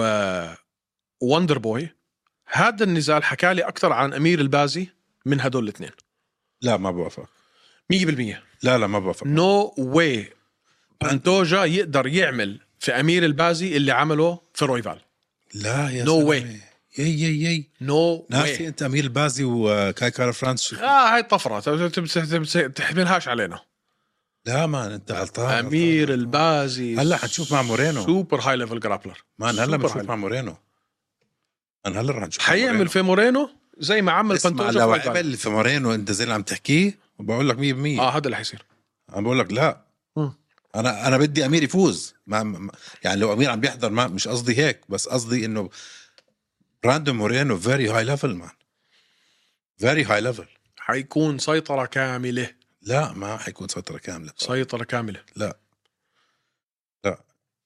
Speaker 1: وندر بوي. هذا النزال حكالي أكثر عن أمير البازي من هدول الاثنين.
Speaker 2: لا ما بوافق.
Speaker 1: مية بالمية
Speaker 2: لا لا ما بوافق.
Speaker 1: نو واي بانتوجا يقدر يعمل في أمير البازي اللي عمله في رويفال.
Speaker 2: لا يا
Speaker 1: No
Speaker 2: سلامي.
Speaker 1: way.
Speaker 2: يي يي يي
Speaker 1: نو
Speaker 2: ناسي
Speaker 1: واي.
Speaker 2: انت امير البازي وكاي كارل فرانس.
Speaker 1: اه هاي طفرة تحملهاش علينا.
Speaker 2: لا مان انت غلطان.
Speaker 1: أمير
Speaker 2: غلطان.
Speaker 1: البازي
Speaker 2: هلا حنشوف مع مورينو.
Speaker 1: سوبر هاي ليفل جرابلر.
Speaker 2: مان هلا بنشوف مع مورينو. مان هلا رح نشوف
Speaker 1: حيعمل في مورينو زي ما عمل
Speaker 2: اسمع
Speaker 1: بانتوجا
Speaker 2: لو
Speaker 1: في
Speaker 2: عمل في مورينو انت زي اللي عم تحكيه وبقول لك مية بالمية.
Speaker 1: اه هذا اللي حيصير.
Speaker 2: عم بقول لك لا.
Speaker 1: م.
Speaker 2: انا انا بدي امير يفوز. ما يعني لو امير عم بيحضر ما مش قصدي هيك بس قصدي انه براندون مورينو فيري هاي ليفل مان. فيري هاي ليفل.
Speaker 1: حيكون سيطرة كاملة.
Speaker 2: لا ما حيكون سيطرة كاملة.
Speaker 1: سيطرة كاملة.
Speaker 2: لا لا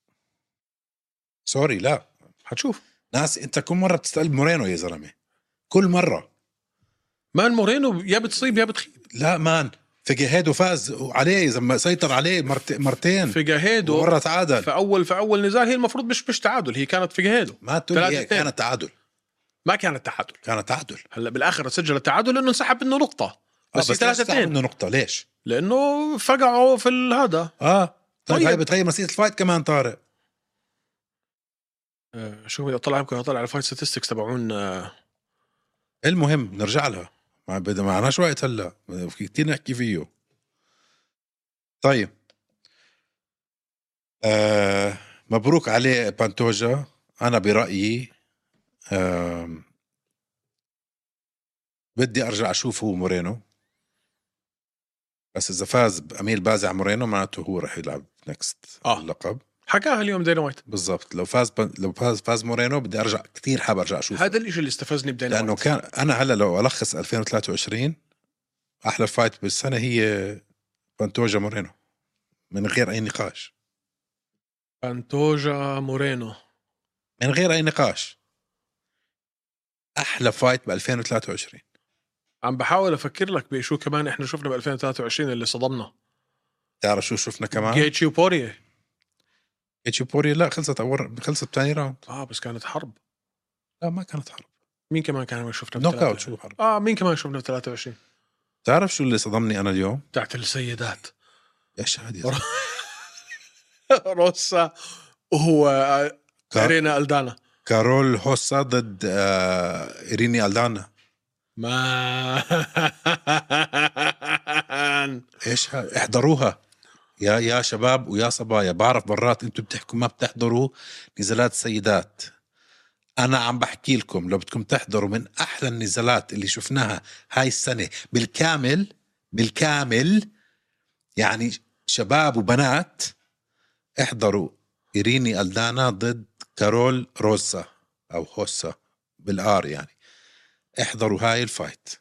Speaker 2: سوري لا.
Speaker 1: حتشوف.
Speaker 2: ناس انت كل مرة بتسأل مورينو يا زلمة. كل مرة.
Speaker 1: مان مورينو يا بتصيب يا بتخيب.
Speaker 2: لا مان فيجاهيدو فاز عليه زي ما سيطر عليه مرت... مرتين.
Speaker 1: فيجاهيدو
Speaker 2: مرة تعادل
Speaker 1: في أول في أول نزال. هي المفروض مش مش تعادل. هي كانت فيجاهيدو.
Speaker 2: ما تقول لي كانت تعادل.
Speaker 1: ما كانت تعادل.
Speaker 2: كانت تعادل.
Speaker 1: هلا بالآخر سجل التعادل لأنه انسحب منه نقطة. بس,
Speaker 2: بس
Speaker 1: ثلاثة اثنين
Speaker 2: منه نقطة ليش؟
Speaker 1: لأنه فقعوا في هذا.
Speaker 2: اه طيب,
Speaker 1: طيب.
Speaker 2: هاي بتغير مسيرة الفايت كمان طارق.
Speaker 1: آه شو بدي أطلع يمكن أطلع على الفايت ستاتستكس تبعون. آه
Speaker 2: المهم نرجع لها. ما بدنا معناش وقت هلا في كتير نحكي فيه. طيب آه مبروك عليه بانتوجا. أنا برأيي آه بدي أرجع أشوفه مورينو. بس إذا فاز بأمير بازي على مورينو معناته هو رح يلعب نكست
Speaker 1: آه.
Speaker 2: اللقب.
Speaker 1: حكاها اليوم دينا وايت
Speaker 2: بالضبط. لو فاز ب... لو فاز فاز مورينو بدي أرجع كتير حاب أرجع أشوفه.
Speaker 1: هذا الإشي اللي استفزني بدينا
Speaker 2: لأنه
Speaker 1: وايت.
Speaker 2: كان أنا هلا لو ألخص ألفين وثلاثة وعشرين أحلى فايت بالسنة هي بانتوجا مورينو من غير أي نقاش.
Speaker 1: بانتوجا مورينو
Speaker 2: من غير أي نقاش أحلى فايت ب ألفين وثلاثة وعشرين.
Speaker 1: عم بحاول أفكر لك بشو كمان إحنا شفنا ب ألفين وثلاثة وعشرين اللي صدمنا.
Speaker 2: تعرف شو شفنا كمان؟
Speaker 1: جيتشي وبوريه.
Speaker 2: جيتشي بوري لا خلصت أول خلصت بتاني راوند.
Speaker 1: آه بس كانت حرب.
Speaker 2: لا ما كانت حرب.
Speaker 1: مين كمان كان شفنا
Speaker 2: نوك أوت شو حرب.
Speaker 1: آه مين كمان شفنا ب ثلاثة وعشرين.
Speaker 2: تعرف شو اللي صدمني أنا اليوم؟
Speaker 1: تاعت السيدات.
Speaker 2: يا شهادي
Speaker 1: روسا وهو
Speaker 2: كار...
Speaker 1: إرينا ألدانا.
Speaker 2: كارول هوسا ضد آه... إريني ألدانا.
Speaker 1: ما
Speaker 2: إيش ها... احضروها يا يا شباب ويا صبايا. بعرف برات انتم بتحكوا ما بتحضروا نزالات سيدات. انا عم بحكي لكم لو بدكم تحضروا من احلى النزالات اللي شفناها هاي السنة بالكامل بالكامل يعني شباب وبنات احضروا إريني ألدانا ضد كارول روسا او هوسا بالآر. يعني احضروا هاي الفايت.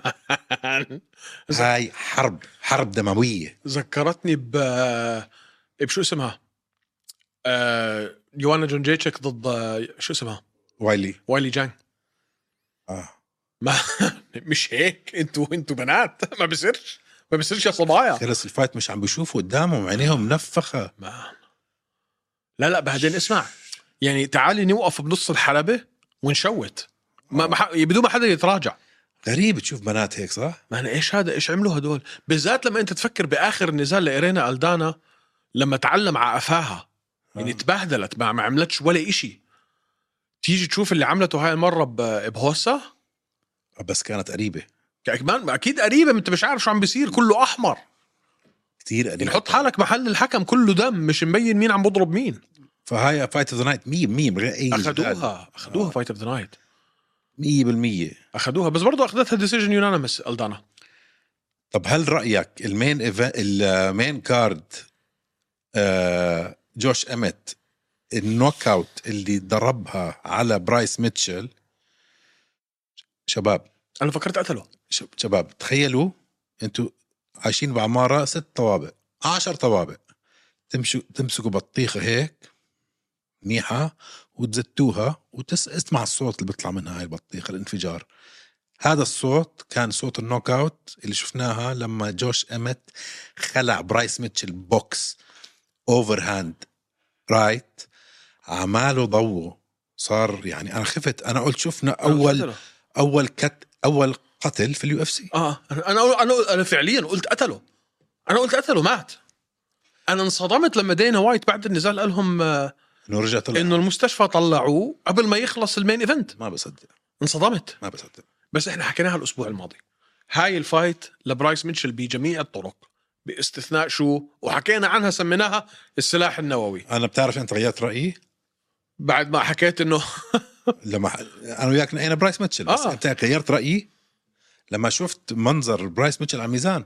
Speaker 2: هاي حرب حرب دموية.
Speaker 1: ذكرتني ب بشو اسمها آه... يوانا جونجيتشك ضد شو اسمها
Speaker 2: وايلي
Speaker 1: وايلي جانج.
Speaker 2: آه.
Speaker 1: ما مش هيك. انتوا انتوا بنات ما بصيرش ما بصيرش يا صبايا.
Speaker 2: خلص الفايت مش عم بيشوفوا قدامهم عينيهم منفخة.
Speaker 1: ما. لا لا بعدين اسمع يعني تعالي نوقف بنص الحلبة ونشوت ما, ما ح... بدون ما حدا يتراجع.
Speaker 2: غريب تشوف بنات هيك صح؟
Speaker 1: ما أنا إيش هذا إيش عملوا هدول بالذات لما أنت تفكر بآخر النزال لإيرينا ألدانا لما تعلم على قفاها يعني تبهدلت ما, ما عملتش ولا إشي. تيجي تشوف اللي عملته هاي المرة بهوسا
Speaker 2: بس كانت قريبة
Speaker 1: كمان أكيد قريبة. أنت مش عارف شو عم بيصير كله أحمر
Speaker 2: كتير قريبة.
Speaker 1: نحط حالك محل الحكم كله دم مش مبين مين عم بضرب مين.
Speaker 2: فهاي فايت اوف ذا نايت مية بالمية من غير أي
Speaker 1: أخدوها أخدوها فايت اوف ذا نايت
Speaker 2: مية بالمية
Speaker 1: أخدوها. بس برضو أخذتها ديسيجن يونانيمس ألدانا.
Speaker 2: طب هل رأيك المين إيفا... المين كارد آه جوش أميت النوك اوت اللي ضربها على برايس ميتشل شباب
Speaker 1: أنا فكرت قتله
Speaker 2: شباب تخيلوا انتوا عايشين بعمارة ست طوابق عشر طوابق تمشوا تمسكوا بطيخة هيك منيحة وتزتوها وتسمع الصوت اللي بيطلع منها هاي البطيخة الانفجار. هذا الصوت كان صوت النوك اوت اللي شفناها لما جوش أميت خلع برايس ميتشل بوكس اوفر هاند رايت عماله ضوه صار يعني. انا خفت انا قلت شفنا اول اول كت اول قتل في اليو اف سي.
Speaker 1: اه انا انا انا فعليا قلت قتله، انا قلت قتله مات. انا انصدمت لما دينا وايت بعد النزال قال لهم آه
Speaker 2: انه رجع طلع
Speaker 1: انه المستشفى طلعوه قبل ما يخلص المين ايفنت.
Speaker 2: ما بصدق
Speaker 1: انصدمت.
Speaker 2: ما بصدق.
Speaker 1: بس احنا حكيناها الاسبوع الماضي، هاي الفايت لبرايس ميتشل بجميع الطرق باستثناء شو، وحكينا عنها سميناها السلاح النووي.
Speaker 2: انا بتعرف انت غيرت رايي
Speaker 1: بعد ما حكيت انه
Speaker 2: لما انا وياك نقينا برايس ميتشل، بس
Speaker 1: آه.
Speaker 2: انت غيرت رايي لما شفت منظر برايس ميتشل على الميزان،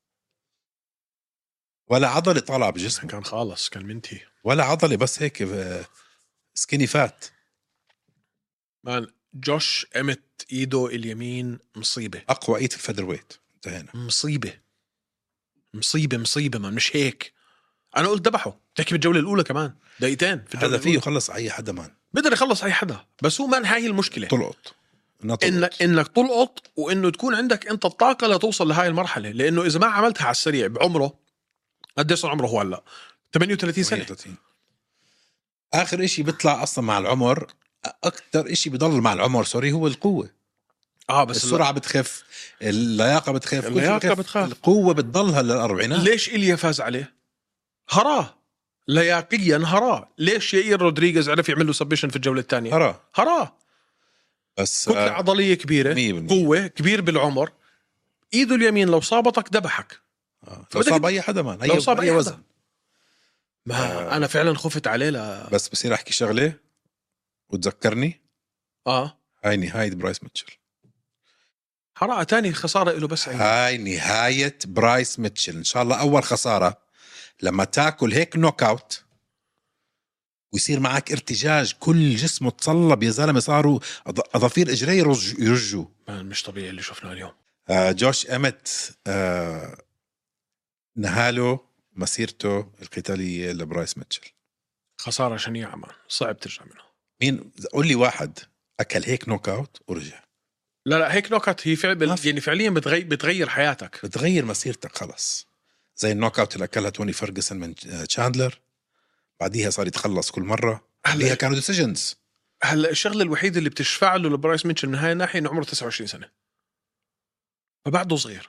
Speaker 2: ولا عضله طالعه بجسمه،
Speaker 1: كان خالص كان منتهي،
Speaker 2: ولا عضله، بس هيك سكيني فات.
Speaker 1: مان جوش امت ايده اليمين مصيبه،
Speaker 2: اقوى ايد في الفيذر ويت، انتهينا.
Speaker 1: مصيبه مصيبه مصيبه ما مش هيك. انا قلت ذبحه، تحكي بالجوله الاولى كمان دقيقتين في الجوله
Speaker 2: هذا فيه
Speaker 1: الأولى.
Speaker 2: يخلص اي حدا مان،
Speaker 1: بقدر يخلص اي حدا، بس هو مان هاي المشكله،
Speaker 2: طلقط
Speaker 1: انك انك تلقط، وانه تكون عندك انت الطاقه لتوصل لهاي المرحله. لانه اذا ما عملتها على السريع بعمره، قد صار عمره هو هلا ثمانية وثلاثين سنه.
Speaker 2: اخر اشي بيطلع اصلا مع العمر، اكثر اشي بيضل مع العمر سوري هو القوه.
Speaker 1: اه بس
Speaker 2: السرعه بتخف، اللياقه بتخف،
Speaker 1: اللياقه بتخف،
Speaker 2: القوه بتضلها للأربعينات.
Speaker 1: ليش إليا فاز عليه؟ هراه لياقيا، هراه. ليش يائير رودريغيز عرف يعمل له سبشن في الجوله الثانيه؟
Speaker 2: هراه
Speaker 1: هراه
Speaker 2: بس
Speaker 1: كتله
Speaker 2: آه
Speaker 1: عضليه كبيره،
Speaker 2: مية بالمية.
Speaker 1: قوه كبير بالعمر، ايده اليمين لو صابتك ذبحك.
Speaker 2: آه. لو صاب اي حدا مان،
Speaker 1: لو صاب
Speaker 2: اي
Speaker 1: أي
Speaker 2: وزن
Speaker 1: حدا. ما
Speaker 2: آه.
Speaker 1: انا فعلا خفت عليه لا.
Speaker 2: بس بصير احكي شغله وتذكرني،
Speaker 1: اه
Speaker 2: هاي نهايه برايس ميتشل.
Speaker 1: حرقة تاني خسارة له بس عيني.
Speaker 2: هاي نهاية برايس ميتشل إن شاء الله. أول خسارة لما تاكل هيك نوك أوت ويصير معك ارتجاج، كل جسمه تصلب يا زلمة، صاروا أظافير إجري يرج يرجوا.
Speaker 1: مش طبيعي اللي شفناه اليوم.
Speaker 2: آه جوش أمت آه نهاله مسيرته القتالية لبرايس ميتشل.
Speaker 1: خسارة شنيعة مان، صعب ترجع منه.
Speaker 2: مين قول لي واحد أكل هيك نوك أوت ورجع؟
Speaker 1: لا لا هيك نوكات هي فعل يعني فعليا بتغير بتغير حياتك،
Speaker 2: بتغير مسيرتك خلص. زي النوك أوت اللي أكلها توني فيرغسون من تشاندلر، بعديها صار يتخلص كل مرة، بعديها كانوا ديسيجنز.
Speaker 1: هلا الشغله الوحيده اللي بتشفع له لبرايس ميتشل من هاي الناحيه انه عمره تسعة وعشرين سنه، فبعده صغير،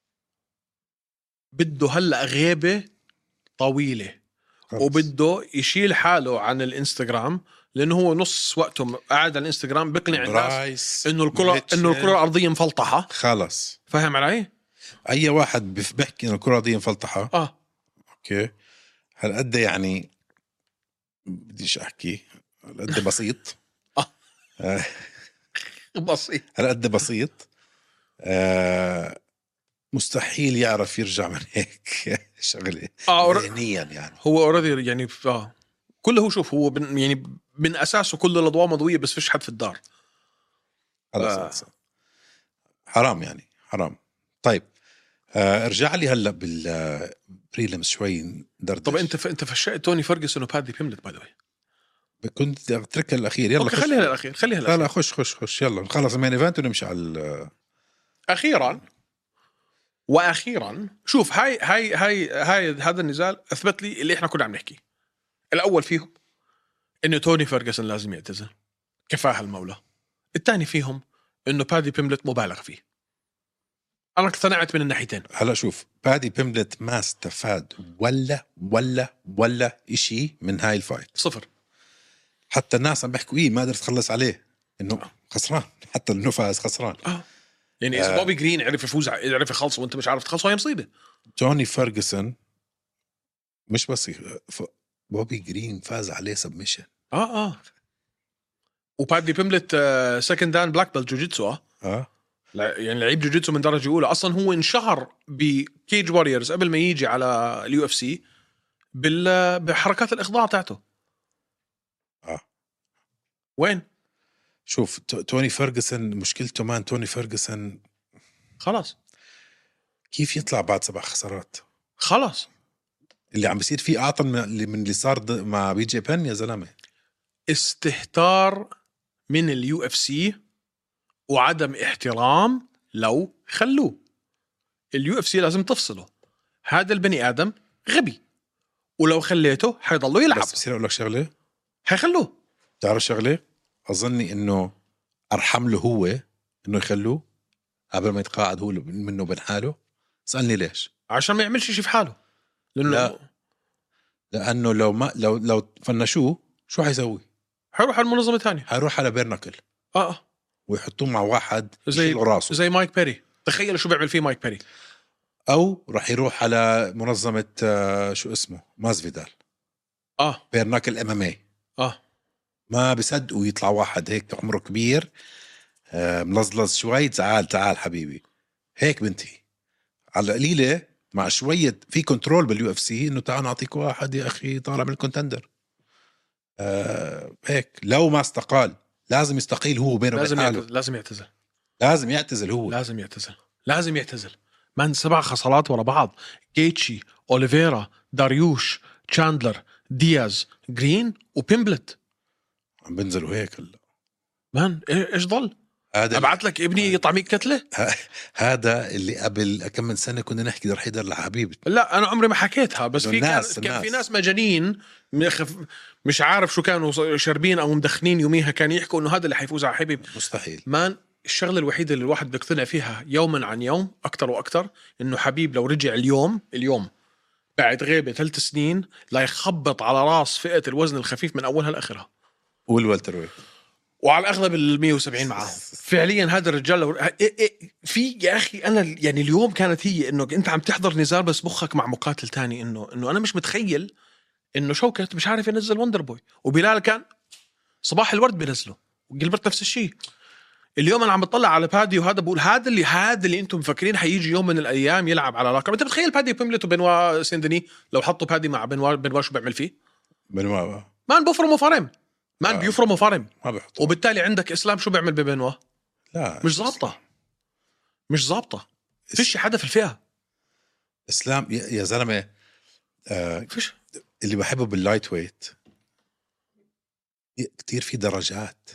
Speaker 1: بده هلا غيبه طويله خلص. وبده يشيل حاله عن الانستغرام، لانه هو نص وقته قاعد على الانستغرام بقنع الناس انه الكره انه الكره الارضيه مفلطحه خلص. فاهم علي؟
Speaker 2: اي واحد بيحكي انه الكره الارضيه مفلطحه
Speaker 1: اه
Speaker 2: اوكي هالقد يعني بديش احكي هالقد بسيط
Speaker 1: اه بسيط
Speaker 2: هالقد بسيط آه مستحيل يعرف يرجع من هيك شغله
Speaker 1: آه
Speaker 2: ذهنيا. يعني
Speaker 1: هو اوريدي يعني اه كله هو شوف هو بن يعني من اساسه كل الاضواء مضويه بس فيش حد في الدار.
Speaker 2: خلاص آه. حرام يعني حرام. طيب آه ارجع لي هلا بالبريلمز شوي دردش.
Speaker 1: طب انت ف... انت فشقت توني فيرغسون وبادي بيملت باي ذا واي.
Speaker 2: كنت اتركها الاخير يلا
Speaker 1: اوكي خليها للاخير خليها
Speaker 2: لا لا خش خش خش يلا نخلص المين ايفنت ونمشي على
Speaker 1: اخيرا. واخيرا شوف هاي هاي هاي هاي هذا النزال اثبت لي اللي احنا كنا عم نحكي. الاول فيهم انه توني فيرغسون لازم يعتزل، كفاها المولى. الثاني فيهم انه بادي بيملت مبالغ فيه. انا اقتنعت من الناحيتين.
Speaker 2: هلا شوف بادي بيملت ما استفاد ولا ولا ولا اشي من هاي الفايت،
Speaker 1: صفر.
Speaker 2: حتى الناس عم بيحكوا ايه ما قدرت تخلص عليه انه آه. خسران، حتى انه فاز خسران.
Speaker 1: اه يعني اذا آه. بوبي جرين عرف يفوز عرف يخلص وانت مش عارف تخلصه هي مصيبه.
Speaker 2: توني فيرغسون مش بس ف... بوبي جرين فاز عليه سبمشن.
Speaker 1: اه اه وبادي بيملت آه سكند دان بلاك بيلت جوجيتسو. اه
Speaker 2: اه
Speaker 1: يعني لعيب جوجيتسو من درجه اولى. اصلا هو انشهر بكيج واريورز قبل ما يجي على اليو اف سي بال بحركات الاخضاع تاعته.
Speaker 2: اه
Speaker 1: وين
Speaker 2: شوف توني فيرغسون مشكلته مان توني فيرغسون
Speaker 1: خلاص
Speaker 2: كيف يطلع بعد سبع خسارات
Speaker 1: خلاص.
Speaker 2: اللي عم بيصير فيه اعطى من اللي صار مع بي جي بن يا زلمه.
Speaker 1: استهتار من اليو اف سي وعدم احترام. لو خلوه اليو اف سي لازم تفصله. هذا البني ادم غبي ولو خليته حيضلوا يلعب.
Speaker 2: بس بصير اقول لك شغله
Speaker 1: حيخلوه.
Speaker 2: تعرف شغله اظني انه ارحم له هو انه يخلوه قبل ما يتقاعد هو منه وبين حاله؟ اسألني ليش.
Speaker 1: عشان ما يعملش شيء في حاله. لانه
Speaker 2: لا. لانه لو ما لو لو فنشوه شو حيسوي؟
Speaker 1: حيروح على المنظمه ثانيه،
Speaker 2: حيروح على بيرناكل
Speaker 1: اه
Speaker 2: ويحطوه مع واحد
Speaker 1: زي
Speaker 2: يشيل راسه،
Speaker 1: زي مايك بيري. تخيل شو بيعمل فيه مايك بيري.
Speaker 2: او راح يروح على منظمه آه، شو اسمه مازفيدال،
Speaker 1: اه
Speaker 2: بيرناكل ام ام اي.
Speaker 1: اه
Speaker 2: ما بصدقوا يطلع واحد هيك عمره كبير آه، ملزلز شوي، تعال تعال حبيبي هيك بنتي على قليله مع شويه في كنترول باليو اف سي انه تعال نعطيك واحد يا اخي طالع من الكونتندر. آه هيك لو ما استقال لازم يستقيل هو بينه وبين
Speaker 1: لازم
Speaker 2: حاله.
Speaker 1: يعتزل لازم يعتزل
Speaker 2: لازم يعتزل هو.
Speaker 1: لازم يعتزل لازم يعتزل مان. سبع خسارات ورا بعض: جيتشي، اوليفيرا، داريوش، تشاندلر، دياز، جرين، وبيمبلت.
Speaker 2: عم بنزلوا هيك هلا.
Speaker 1: مان إيه- ايش ضل؟
Speaker 2: هذا
Speaker 1: ابعت لك ابني يطعميك كتله.
Speaker 2: ه- هذا اللي قبل كم من سنه كنا نحكي رح يقدر لحبيب.
Speaker 1: لا انا عمري ما حكيتها، بس
Speaker 2: إنه
Speaker 1: في كان,
Speaker 2: الناس-
Speaker 1: كان في
Speaker 2: الناس.
Speaker 1: ناس مجانين مخف- مش عارف شو كانوا شاربين او مدخنين يوميها، كان يحكوا انه هذا اللي حيفوز على حبيب.
Speaker 2: مستحيل.
Speaker 1: مان الشغله الوحيده اللي الواحد بيقتنع فيها يوما عن يوم اكثر واكثر انه حبيب لو رجع اليوم اليوم بعد غيبه ثلاث سنين لا يخبط على راس فئه الوزن الخفيف من اولها لاخرها،
Speaker 2: والوالتر ويت
Speaker 1: وعلى الاغلب ال مية وسبعين معاهم. فعليا هذا الرجال لو... إيه إيه في يا اخي انا يعني اليوم كانت هي انه انت عم تحضر نزال بس مخك مع مقاتل تاني، انه انه انا مش متخيل انه شوكت مش عارف ينزل وندر بوي، وبلال كان صباح الورد بينزله، وجلبرت نفس الشيء. اليوم انا عم بطلع على بادي وهذا بقول هذا اللي هذا اللي انتم مفكرين حيجي يوم من الايام يلعب على لقب. انت بتخيل بادي بيملت وبنوا سيندني لو حطوا بادي مع بنوا بنوا شو بيعمل فيه؟
Speaker 2: بنوا
Speaker 1: مان بفرموا فرم، مان
Speaker 2: آه.
Speaker 1: بيفرموا فرم.
Speaker 2: ما بيحطوا.
Speaker 1: وبالتالي عندك اسلام شو بيعمل ببنوا؟
Speaker 2: لا
Speaker 1: مش ظابطه مش ظابطه فيش حدا في الفئه.
Speaker 2: اسلام يا, يا زلمه آه
Speaker 1: فيش.
Speaker 2: اللي بحبه باللايت ويت كتير في درجات،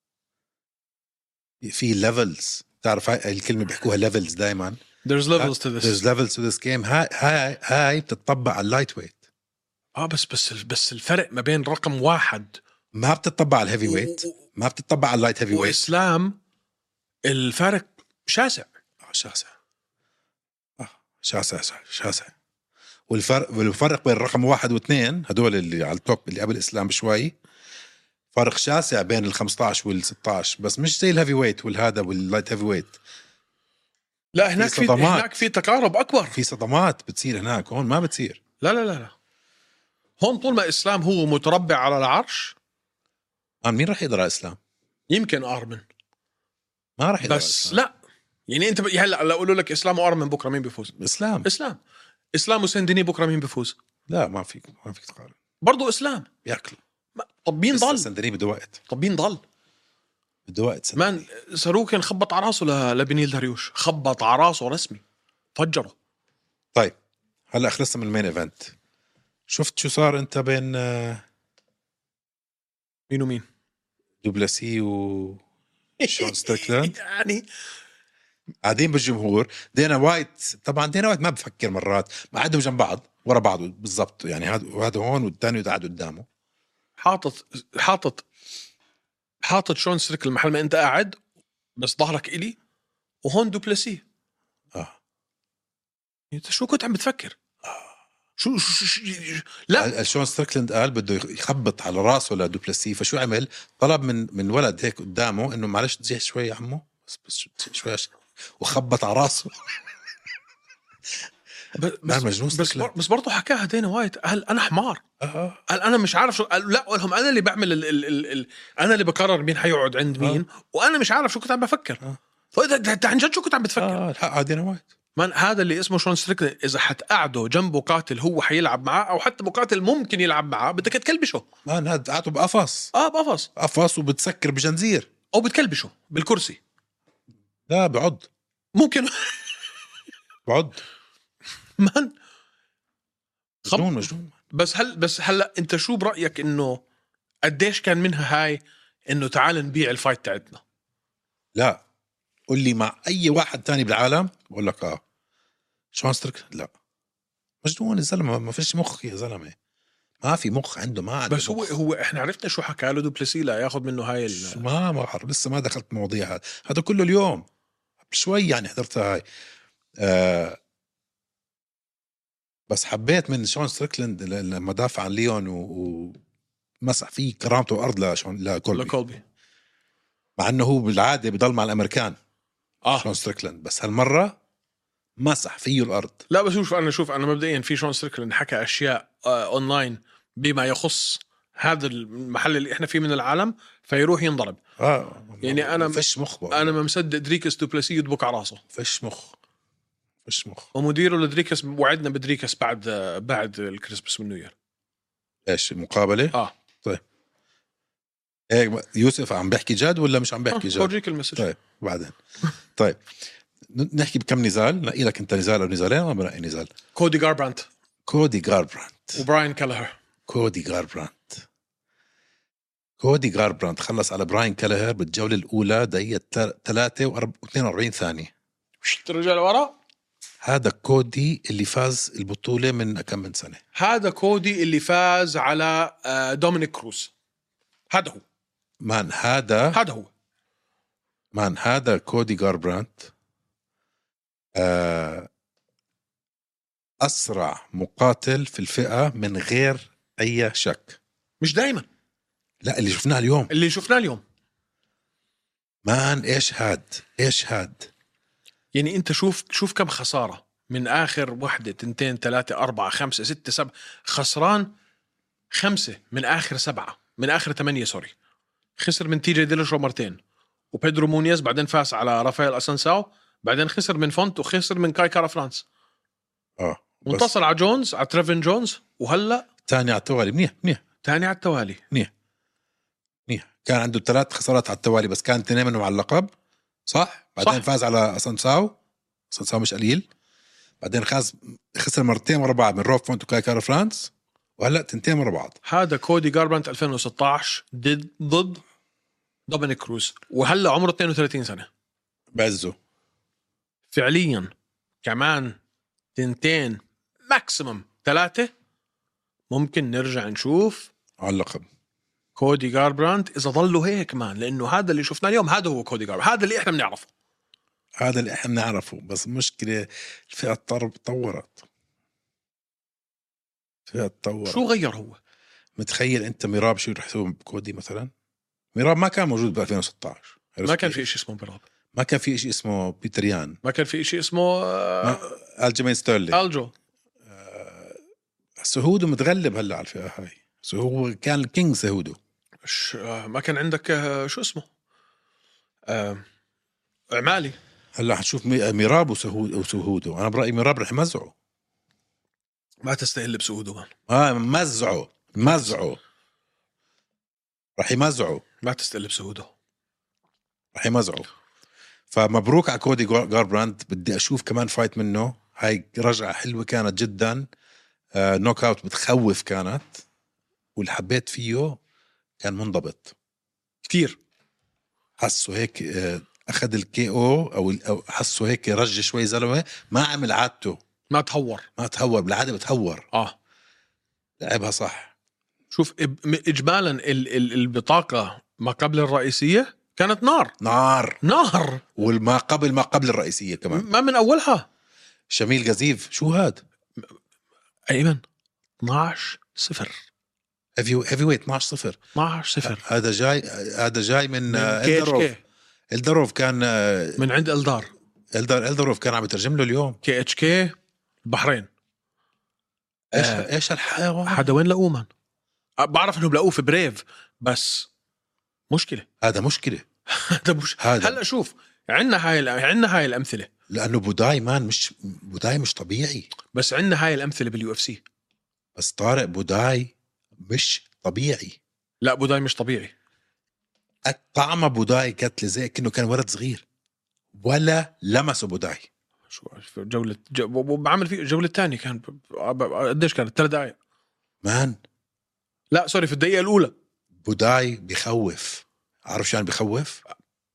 Speaker 2: في ليفلز. تعرف هاي الكلمه بيحكوها ليفلز دائما.
Speaker 1: there's levels to this.
Speaker 2: there's levels to this game. هاي هاي هاي بتطبق على اللايت ويت.
Speaker 1: اه بس بس بس الفرق ما بين رقم واحد
Speaker 2: ما بتطبق على الهيفي ويت، ما بتطبق على اللايت هيفي ويت.
Speaker 1: واسلام الفرق شاسع.
Speaker 2: آه شاسع آه شاسع شاسع. والفرق والفرق بين رقم واحد واثنين هدول اللي على التوب اللي قبل الإسلام بشوي، فرق شاسع بين ال خمسطعش وال ستطعش، بس مش زي الهيفي ويت والهذا واللايت هيفي ويت.
Speaker 1: لا هناك في, في هناك في تقارب اكبر،
Speaker 2: في صدمات بتصير هناك، هون ما بتصير.
Speaker 1: لا لا لا لا هون طول ما اسلام هو متربع على العرش.
Speaker 2: آه مين راح يقدر على الإسلام؟
Speaker 1: يمكن ارمن،
Speaker 2: ما راح يقدر
Speaker 1: بس لا يعني انت هلا لو اقولوا لك اسلام وارمن بكره مين بيفوز؟
Speaker 2: اسلام.
Speaker 1: اسلام. اسلام وسندني بكره مين بيفوز؟
Speaker 2: لا ما فيك ما فيك تقارن.
Speaker 1: برضو اسلام
Speaker 2: بياكلوا.
Speaker 1: طب مين ضل؟
Speaker 2: سندري بده وقت.
Speaker 1: طب مين ضل؟
Speaker 2: بده وقت.
Speaker 1: مان ساروكن خبط على راسه ل... لبنيل داريوش، خبط على راسه رسمي فجره.
Speaker 2: طيب هلا خلصنا من المين ايفنت. شفت شو صار انت بين
Speaker 1: مين ومين؟
Speaker 2: دوبلاسي و شون ستريكلاند؟
Speaker 1: يعني
Speaker 2: قاعدين بالجمهور. دينا وايت طبعا دينا وايت ما بفكر مرات، ما قعدوا جنب بعض ورا بعض بالضبط، يعني هذا وهذا هون والثاني قاعد قدامه،
Speaker 1: حاطط حاطط حاطط شون ستريكل محل ما انت قاعد بس ظهرك إلي، وهون دوبلاسي.
Speaker 2: اه
Speaker 1: انت شو كنت عم بتفكر؟ شو, شو, شو, شو لا
Speaker 2: شون ستريكلاند قال بده يخبط على راسه لدوبلاسي، فشو عمل؟ طلب من من ولد هيك قدامه انه معلش تزيح شوي يا عمو، بس بس شوي عشان، وخبط على راسه.
Speaker 1: بس
Speaker 2: مجنون
Speaker 1: بس, بر بس برضه حكاها دينا وايت، قال انا حمار،
Speaker 2: آه.
Speaker 1: قال انا مش عارف شو، قال لا قالهم انا اللي بعمل ال ال ال ال انا اللي بقرر مين حيقعد عند مين، آه. وانا مش عارف شو كنت عم بفكر. آه. فانت عن جد شو كنت عم بتفكر؟
Speaker 2: اه الحق دينا وايت.
Speaker 1: من هذا اللي اسمه شون ستريكلاند اذا حتقعده جنبه قاتل هو حيلعب معاه او حتى مقاتل ممكن يلعب معاه بدك تكلبشه.
Speaker 2: مان هاد قعدوا بقفص.
Speaker 1: اه بقفص
Speaker 2: قفص وبتسكر بجنزير
Speaker 1: او بتكلبشه بالكرسي.
Speaker 2: لا بعض
Speaker 1: ممكن
Speaker 2: بعض
Speaker 1: مان
Speaker 2: مجنون مجنون.
Speaker 1: بس هل بس هلا انت شو برايك انه قديش كان منها هاي انه تعال نبيع الفايت تاعتنا؟
Speaker 2: لا قل لي مع اي واحد تاني بالعالم بقول لك اه شون ستريك لا مجنون الزلمه، ما فيش مخ يا زلمه، ما في مخ عنده، ما عنده
Speaker 1: بس هو
Speaker 2: مخ.
Speaker 1: هو احنا عرفنا شو حكى له دوبلسي لا ياخذ منه هاي ال...
Speaker 2: ما ما لسه ما دخلت مواضيع. هذا هذا كله اليوم شوي يعني حضرتها هاي. آه بس حبيت من شون ستريكلاند لما دافع عن ليون ومسح فيه كرامته وارض لشون لكولبي.
Speaker 1: لكولبي
Speaker 2: مع انه هو بالعاده بضل مع الامريكان
Speaker 1: اه
Speaker 2: شون ستريكلاند، بس هالمره مسح فيه الارض.
Speaker 1: لا بس شوف انا شوف انا مبدئيا في شون ستريكلاند حكى اشياء آه اونلاين بما يخص هذا المحل اللي احنا فيه من العالم، فيروح ينضرب.
Speaker 2: اه
Speaker 1: يعني انا
Speaker 2: فيش مخ بقى.
Speaker 1: انا ما مصدق دريكس دوبلسي يدبك على راسه.
Speaker 2: فيش مخ فيش مخ.
Speaker 1: ومديره لدريكس وعدنا بدريكس بعد بعد الكريسماس والنيوير.
Speaker 2: ايش المقابله؟
Speaker 1: اه
Speaker 2: طيب هيك يوسف عم بحكي جد ولا مش عم بحكي
Speaker 1: آه.
Speaker 2: جد؟
Speaker 1: بورجيك المسج.
Speaker 2: طيب بعدين. طيب نحكي بكم نزال. نقي لك انت نزال او نزالين. ما بنقي نزال.
Speaker 1: كودي جاربرانت
Speaker 2: كودي جاربرانت
Speaker 1: وبراين كالهر.
Speaker 2: كودي جاربرانت كودي جاربرانت خلص على براين كالهر بالجولة الأولى دقيقة ثلاثة واثنين وأربعين ثانية.
Speaker 1: ترجع لورا.
Speaker 2: هذا كودي اللي فاز البطولة من كم من سنة.
Speaker 1: هذا كودي اللي فاز على دومينيك كروز. هذا هو
Speaker 2: مان هذا
Speaker 1: هذا هو
Speaker 2: مان هذا كودي جاربرانت آه أسرع مقاتل في الفئة من غير أي شك.
Speaker 1: مش دايما.
Speaker 2: لا اللي شفناه اليوم
Speaker 1: اللي شفناه اليوم
Speaker 2: مان إيش هاد إيش هاد
Speaker 1: يعني انت شوف شوف كم خسارة من آخر واحدة تنتين ثلاثة أربعة خمسة ستة سبعة. خسران خمسة من آخر سبعة من آخر ثمانية سوري. خسر من تي جي ديلشو مرتين وبيدرو مونيز، بعدين فاز على رافائيل أسانساو، بعدين خسر من فونت وخسر من كاي كارا فرانس.
Speaker 2: آه
Speaker 1: وانتصر على جونز على تريفن جونز وهلأ
Speaker 2: تاني على التوالي. منيح منيح
Speaker 1: تاني على التوالي.
Speaker 2: منيح منيح. كان عنده ثلاث خسارات على التوالي بس كان اثنين منهم على اللقب صح. بعدين
Speaker 1: صح.
Speaker 2: فاز على أسانساو. أسانساو مش قليل. بعدين خاز خسر مرتين ورا بعض من روف فونت وكاي كارا فرانس، وهلا تنتين ورا بعض.
Speaker 1: هذا كودي جاربرانت ألفين وستة عشر ضد ضد دومينيك كروز وهلا عمره اثنين وثلاثين سنة
Speaker 2: بعزه
Speaker 1: فعليا. كمان تنتين ماكسيمم ثلاثة ممكن نرجع نشوف
Speaker 2: على اللقب
Speaker 1: كودي جاربرانت إذا ظلوا هيك مان، لأنه هذا اللي شفناه اليوم هذا هو كودي جاربرانت، هذا اللي إحنا بنعرفه.
Speaker 2: هذا اللي احنا نعرفه. بس مشكلة الفئة تطورت. الفئة تطورت.
Speaker 1: شو غير هو؟
Speaker 2: متخيل انت ميراب شو رح يسوي بكودي مثلا؟ ميراب ما كان موجود ب ألفين وستة عشر.
Speaker 1: ما كان في شيء اسمه ميراب.
Speaker 2: ما كان في شيء اسمه بيتر يان.
Speaker 1: ما كان في شيء اسمه
Speaker 2: ما... الجيمين ستيرلي
Speaker 1: الجو.
Speaker 2: آه... سهودو متغلب هلا على الفئة هاي. سو هو كان الكينج سهودو.
Speaker 1: ش... ما كان عندك شو اسمه آه... عمالي.
Speaker 2: هلا حتشوف ميراب وسهود وسهودو. انا برأيي ميراب رح يمزعه.
Speaker 1: ما تستهل بسهوده مان.
Speaker 2: اه مزعه مزعه رح يمزعه.
Speaker 1: ما تستهل بسهوده.
Speaker 2: رح يمزعه. فمبروك على كودي جاربراند. بدي اشوف كمان فايت منه. هاي رجعة حلوة كانت جدا. آه نوك اوت بتخوف كانت. واللي حبيت فيه كان منضبط
Speaker 1: كتير.
Speaker 2: حسه هيك آه اخذ الكي او او حسه هيك رج شوي زلمه. ما عمل عادته.
Speaker 1: ما تهور.
Speaker 2: ما تهور. بالعاده بتهور.
Speaker 1: اه
Speaker 2: لعبها صح.
Speaker 1: شوف اجمالا ال ال البطاقه ما قبل الرئيسيه كانت نار
Speaker 2: نار
Speaker 1: نار.
Speaker 2: والما قبل ما قبل الرئيسيه كمان
Speaker 1: ما من اولها.
Speaker 2: شميل جزيف شو هاد
Speaker 1: ايمن اثناشر صفر.
Speaker 2: هيفي هيفي ويت اثناشر صفر.
Speaker 1: اثناشر صفر.
Speaker 2: هذا جاي هذا جاي من,
Speaker 1: من
Speaker 2: إلدروف. إلدروف كان
Speaker 1: من عند إلدار.
Speaker 2: إلدار إلدروف كان عم يترجم له اليوم.
Speaker 1: كي اتش كي البحرين.
Speaker 2: ايش
Speaker 1: آه
Speaker 2: ايش الحيوان
Speaker 1: هذا وين لقوه من؟ بعرف انه بلاقوه في بريف بس مشكله.
Speaker 2: هذا مشكله.
Speaker 1: هذا مش
Speaker 2: هذا.
Speaker 1: هلا شوف عندنا هاي عندنا هاي الامثله.
Speaker 2: لانه بوداي مان مش بوداي مش طبيعي.
Speaker 1: بس عندنا هاي الامثله باليو اف سي.
Speaker 2: بس طارق بوداي مش طبيعي.
Speaker 1: لا بوداي مش طبيعي.
Speaker 2: طعمه بوداي كتله زي كأنه كان ولد صغير ولا لمسه بوداي.
Speaker 1: شو جولة جو... بعمل فيه الجولة الثانية كان قديش كانت ثلاث دقائق
Speaker 2: مان.
Speaker 1: لا سوري في الدقيقة الأولى.
Speaker 2: بوداي بيخوف. عارف شو يعني بيخوف؟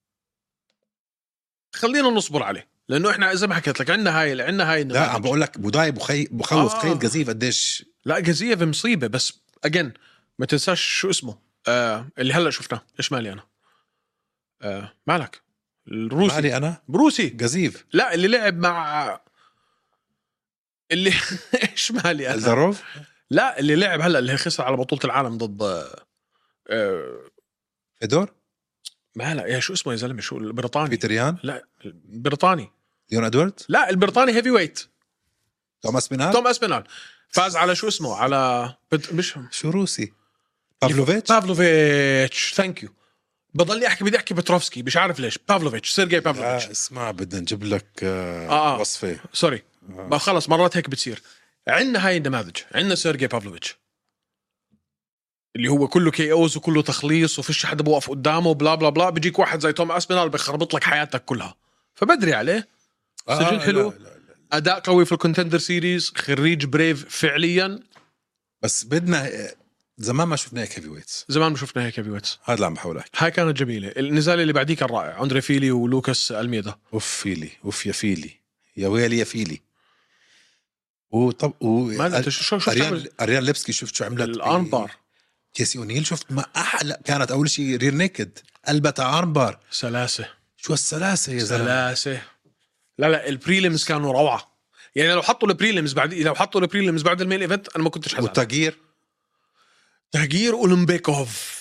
Speaker 1: خلينا نصبر عليه لأنه إحنا إذا ما حكيت لك عندنا هاي عندنا هاي
Speaker 2: لا عم بقول لك بوداي بخي... بخوف.
Speaker 1: آه.
Speaker 2: تخيل جزيف قديش.
Speaker 1: لا جزيف مصيبة. بس أجن ما تنساش شو اسمه آه اللي هلا شفناه إيش مالي أنا آه مالك الروسي
Speaker 2: مالي انا
Speaker 1: بروسي
Speaker 2: جازيف
Speaker 1: لا اللي لعب مع اللي ايش مالي انا
Speaker 2: الزاروف
Speaker 1: لا اللي لعب هلا اللي خسر على بطولة العالم ضد آه
Speaker 2: فيدور
Speaker 1: ما لا يا شو اسمه يا زلمه شو البريطاني
Speaker 2: بيتريان
Speaker 1: لا البريطاني
Speaker 2: ليون ادواردز
Speaker 1: لا البريطاني هيفي ويت
Speaker 2: توماس بينال
Speaker 1: توم اسبينال فاز على شو اسمه على بت... مش
Speaker 2: شو روسي بافلوفيتش
Speaker 1: بافلوفيتش ثانك يو بضلني احكي بدي احكي بتروفسكي مش عارف ليش بافلوفيتش سيرجي
Speaker 2: لا
Speaker 1: بافلوفيتش
Speaker 2: اسمع بدنا نجيب لك آه
Speaker 1: آه آه.
Speaker 2: وصفه
Speaker 1: سوري
Speaker 2: آه.
Speaker 1: ما خلص مرات هيك بتصير عندنا هاي النماذج عندنا سيرجي بافلوفيتش اللي هو كله كي اوز وكله تخليص وفيش حدا بوقف قدامه بلا بلا بلا بيجيك واحد زي توم اسبينال بيخربط لك حياتك كلها فبدري عليه
Speaker 2: آه
Speaker 1: سجل حلو
Speaker 2: لا لا لا.
Speaker 1: اداء قوي في الكونتندر سيريز خريج بريف فعليا
Speaker 2: بس بدنا زمان ما شفنا هيك هيفي ويتس
Speaker 1: زمان ما شفنا هيك هيفي ويتس
Speaker 2: هذا اللي عم بحاول احكي
Speaker 1: هاي كانت جميله النزال اللي بعديه كان رائع اندري فيلي ولوكاس الميدا
Speaker 2: اوف فيلي اوف يا فيلي يا ويلي يا فيلي وطب و
Speaker 1: ما انت شو شو شفت عمل
Speaker 2: اريان اريان ليبسكي شفت شو عملت
Speaker 1: الارمبار
Speaker 2: كيسي اونيل شفت ما احلى كانت اول شيء رير نيكد قلبتها ارمبار
Speaker 1: سلاسه
Speaker 2: شو السلاسه يا زلمه
Speaker 1: سلاسه لا لا البريليمز كانوا روعه يعني لو حطوا البريليمز بعد لو حطوا البريليمز بعد المين ايفنت انا ما كنتش حزعل
Speaker 2: والتغيير
Speaker 1: تغيير اولمبيكوف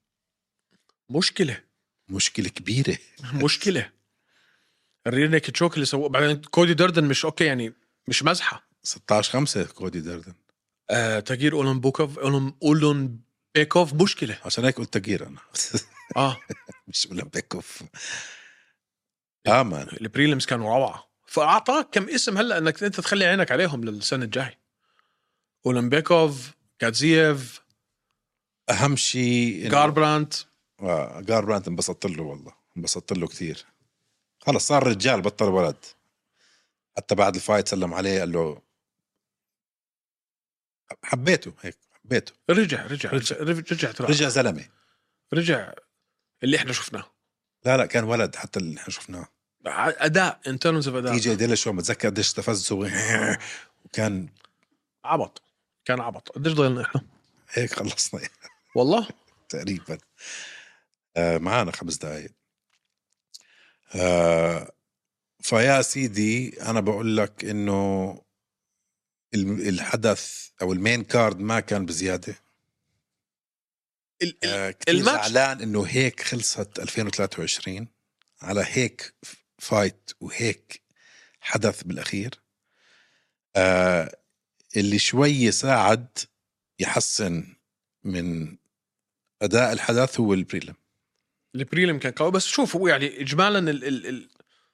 Speaker 1: مشكله
Speaker 2: مشكله كبيره
Speaker 1: مشكله الرير نيكد تشوك اللي سووه بعدين كودي دردن مش اوكي يعني مش مزحه
Speaker 2: ستة عشر خمسة كودي دردن
Speaker 1: آه تغيير اولمبيكوف اولمبيكوف مشكله
Speaker 2: عشان هيك قلت تغيير انا
Speaker 1: اه
Speaker 2: مش اولمبيكوف اه مان
Speaker 1: البريليمز كانوا روعه فاعطاك كم اسم هلا انك انت تخلي عينك عليهم للسنه الجاي اولمبيكوف كاتزييف
Speaker 2: اهم شيء
Speaker 1: جاربرانت
Speaker 2: آه جاربرانت انبسطت له والله انبسطت له كثير خلص صار رجال بطل ولد حتى بعد الفايت سلم عليه قال له حبيته هيك حبيته
Speaker 1: رجع رجع
Speaker 2: رجع.
Speaker 1: رجع رجع ترى
Speaker 2: رجع زلمه
Speaker 1: رجع اللي احنا شفناه
Speaker 2: لا لا كان ولد حتى اللي احنا شفناه
Speaker 1: اداء ان ترمز اوف
Speaker 2: تي جي
Speaker 1: اداء
Speaker 2: ديلا شو متذكر قديش استفزه وكان
Speaker 1: عبط كان عبط قديش ضلنا احنا
Speaker 2: هيك خلصنا
Speaker 1: والله
Speaker 2: تقريبا آه معانا خمس دقايق آه فيا سيدي انا بقول لك انه الحدث او المين كارد ما كان بزياده
Speaker 1: ال- ال-
Speaker 2: آه كتير
Speaker 1: الماتش
Speaker 2: زعلان انه هيك خلصت ألفين وثلاثة وعشرين على هيك فايت وهيك حدث بالاخير آه اللي شوي ساعد يحسن من اداء الحدث هو البريلم
Speaker 1: البريلم كان قوي بس شوفوا يعني اجمالا ال ال ال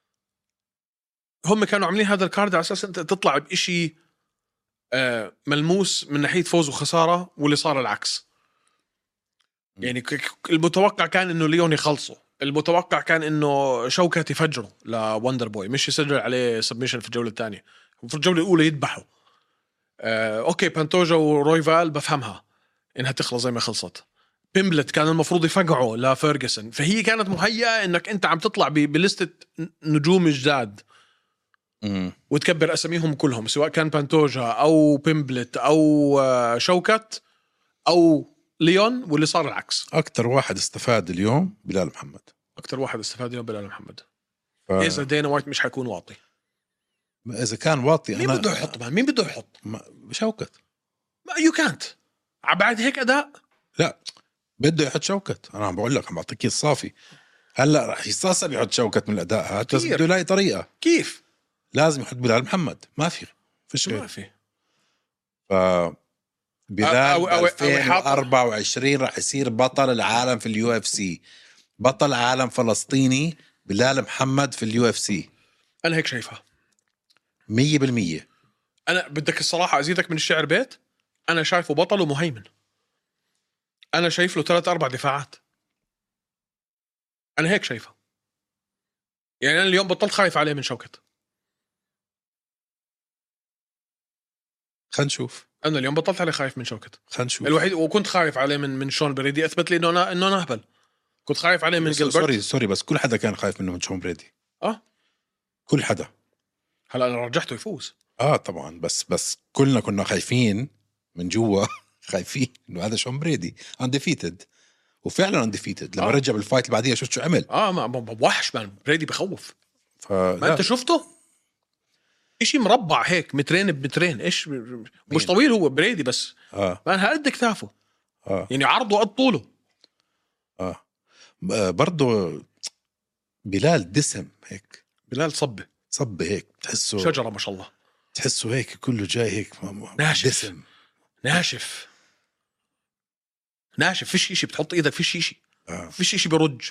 Speaker 1: هم كانوا عاملين هذا الكارد على اساس انت تطلع بشيء آه ملموس من ناحيه فوز وخساره واللي صار العكس يعني ك- ك- المتوقع كان انه ليون يخلصوا المتوقع كان انه شوكت يفجره لوندر بوي مش يسجل عليه سبميشن في الجوله الثانيه في الجوله الاولى يذبحوا آه اوكي بانتوجا ورويفال بفهمها انها تخلص زي ما خلصت بيمبلت كان المفروض يفقعه لفيرجسون فهي كانت مهيئه انك انت عم تطلع ب- بلستة نجوم جداد
Speaker 2: مم.
Speaker 1: وتكبر اساميهم كلهم سواء كان بانتوجا او بيمبلت او آه، شوكت او ليون واللي صار العكس
Speaker 2: اكتر واحد استفاد اليوم بلال محمد
Speaker 1: اكثر واحد استفاد اليوم بلال محمد
Speaker 2: ف...
Speaker 1: اذا دينا وايت مش حيكون واطي
Speaker 2: اذا كان واطي
Speaker 1: مين
Speaker 2: انا
Speaker 1: بده يحط بقى؟ مين بده يحط
Speaker 2: ما... شوكت
Speaker 1: يو كانت بعد هيك اداء
Speaker 2: لا بده يحط شوكت انا عم بقول لك عم بعطيك الصافي هلا رح يستصعب يحط شوكت من الاداء هذا بس
Speaker 1: كتير.
Speaker 2: بده يلاقي طريقه
Speaker 1: كيف
Speaker 2: لازم يحط بلال محمد ما في فيش
Speaker 1: ما
Speaker 2: غير
Speaker 1: في
Speaker 2: ف بلال
Speaker 1: أو- أو- أو
Speaker 2: ألفين وأربعة وعشرين راح يصير بطل العالم في اليو اف سي بطل عالم فلسطيني بلال محمد في اليو اف سي
Speaker 1: انا هيك شايفها
Speaker 2: مية بالمية
Speaker 1: انا بدك الصراحه ازيدك من الشعر بيت انا شايفه بطل ومهيمن انا شايف له ثلاث اربع دفاعات انا هيك شايفه يعني انا اليوم بطلت خايف عليه من شوكت
Speaker 2: خلينا نشوف
Speaker 1: انا اليوم بطلت عليه خايف من شوكت
Speaker 2: خلينا نشوف
Speaker 1: الوحيد وكنت خايف عليه من من شون بريدي اثبت لي انه انا انه انا اهبل كنت خايف عليه من
Speaker 2: سوري
Speaker 1: جيلبرت
Speaker 2: سوري بس كل حدا كان خايف منه من شون بريدي
Speaker 1: اه
Speaker 2: كل حدا
Speaker 1: هلا انا رجحته يفوز
Speaker 2: اه طبعا بس بس كلنا كنا خايفين من جوا خايفين انه هذا شون بريدي انديفيتد وفعلا انديفيتد لما
Speaker 1: آه.
Speaker 2: رجع بالفايت اللي بعديها شفت شو عمل.
Speaker 1: اه ما بوحش مان بريدي بخوف.
Speaker 2: فلا.
Speaker 1: ما انت شفته اشي مربع هيك مترين بمترين ايش مش طويل هو بريدي بس
Speaker 2: اه
Speaker 1: مان هقد كتافه
Speaker 2: اه
Speaker 1: يعني عرضه قد طوله.
Speaker 2: اه برضه بلال دسم هيك.
Speaker 1: بلال صبه
Speaker 2: صب هيك تحسه
Speaker 1: شجرة ما شاء الله.
Speaker 2: تحسه هيك كله جاي هيك
Speaker 1: ناشف.
Speaker 2: دسم
Speaker 1: ناشف ناشف فيش إشي بتحط إيدك فيش إشي
Speaker 2: آه.
Speaker 1: فيش إشي برج.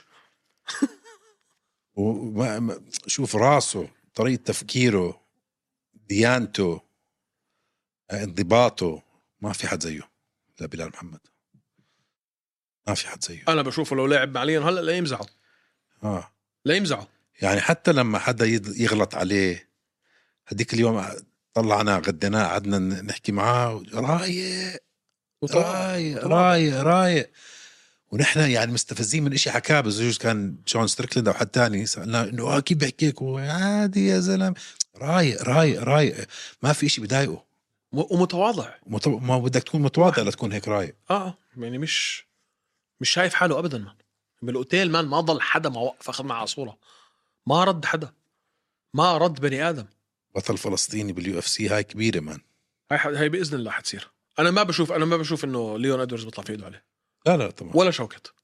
Speaker 2: وما ما- شوف راسه طريقة تفكيره ديانته انضباطه ما في حد زيه. لا بلال محمد ما في حد زيه.
Speaker 1: أنا بشوفه لو لعب مع ليون هلأ لا يمزعه
Speaker 2: اه
Speaker 1: لا يمزعه.
Speaker 2: يعني حتى لما حدا يغلط عليه هديك اليوم طلعنا غديناه قعدنا نحكي معاه رايق رايق رايق رايق ونحن يعني مستفزين من إشي حكاه بجوز كان جون ستريكلند أو حد تاني سألنا إنه كيف بحكيك عادي يا زلمة رايق رايق رايق ما في إشي بضايقه
Speaker 1: ومتواضع.
Speaker 2: مت... ما بدك تكون متواضع لتكون هيك رايق.
Speaker 1: اه يعني مش مش شايف حاله ابدا مان. بالاوتيل مان ما ضل حدا ما وقف اخذ معه صوره ما رد حدا ما رد بني ادم.
Speaker 2: بطل فلسطيني باليو اف سي هاي كبيره مان.
Speaker 1: هاي هاي باذن الله حتصير. انا ما بشوف انا ما بشوف انه ليون ادوردز بيطلع في ايده عليه.
Speaker 2: لا لا طبعا
Speaker 1: ولا شوكت.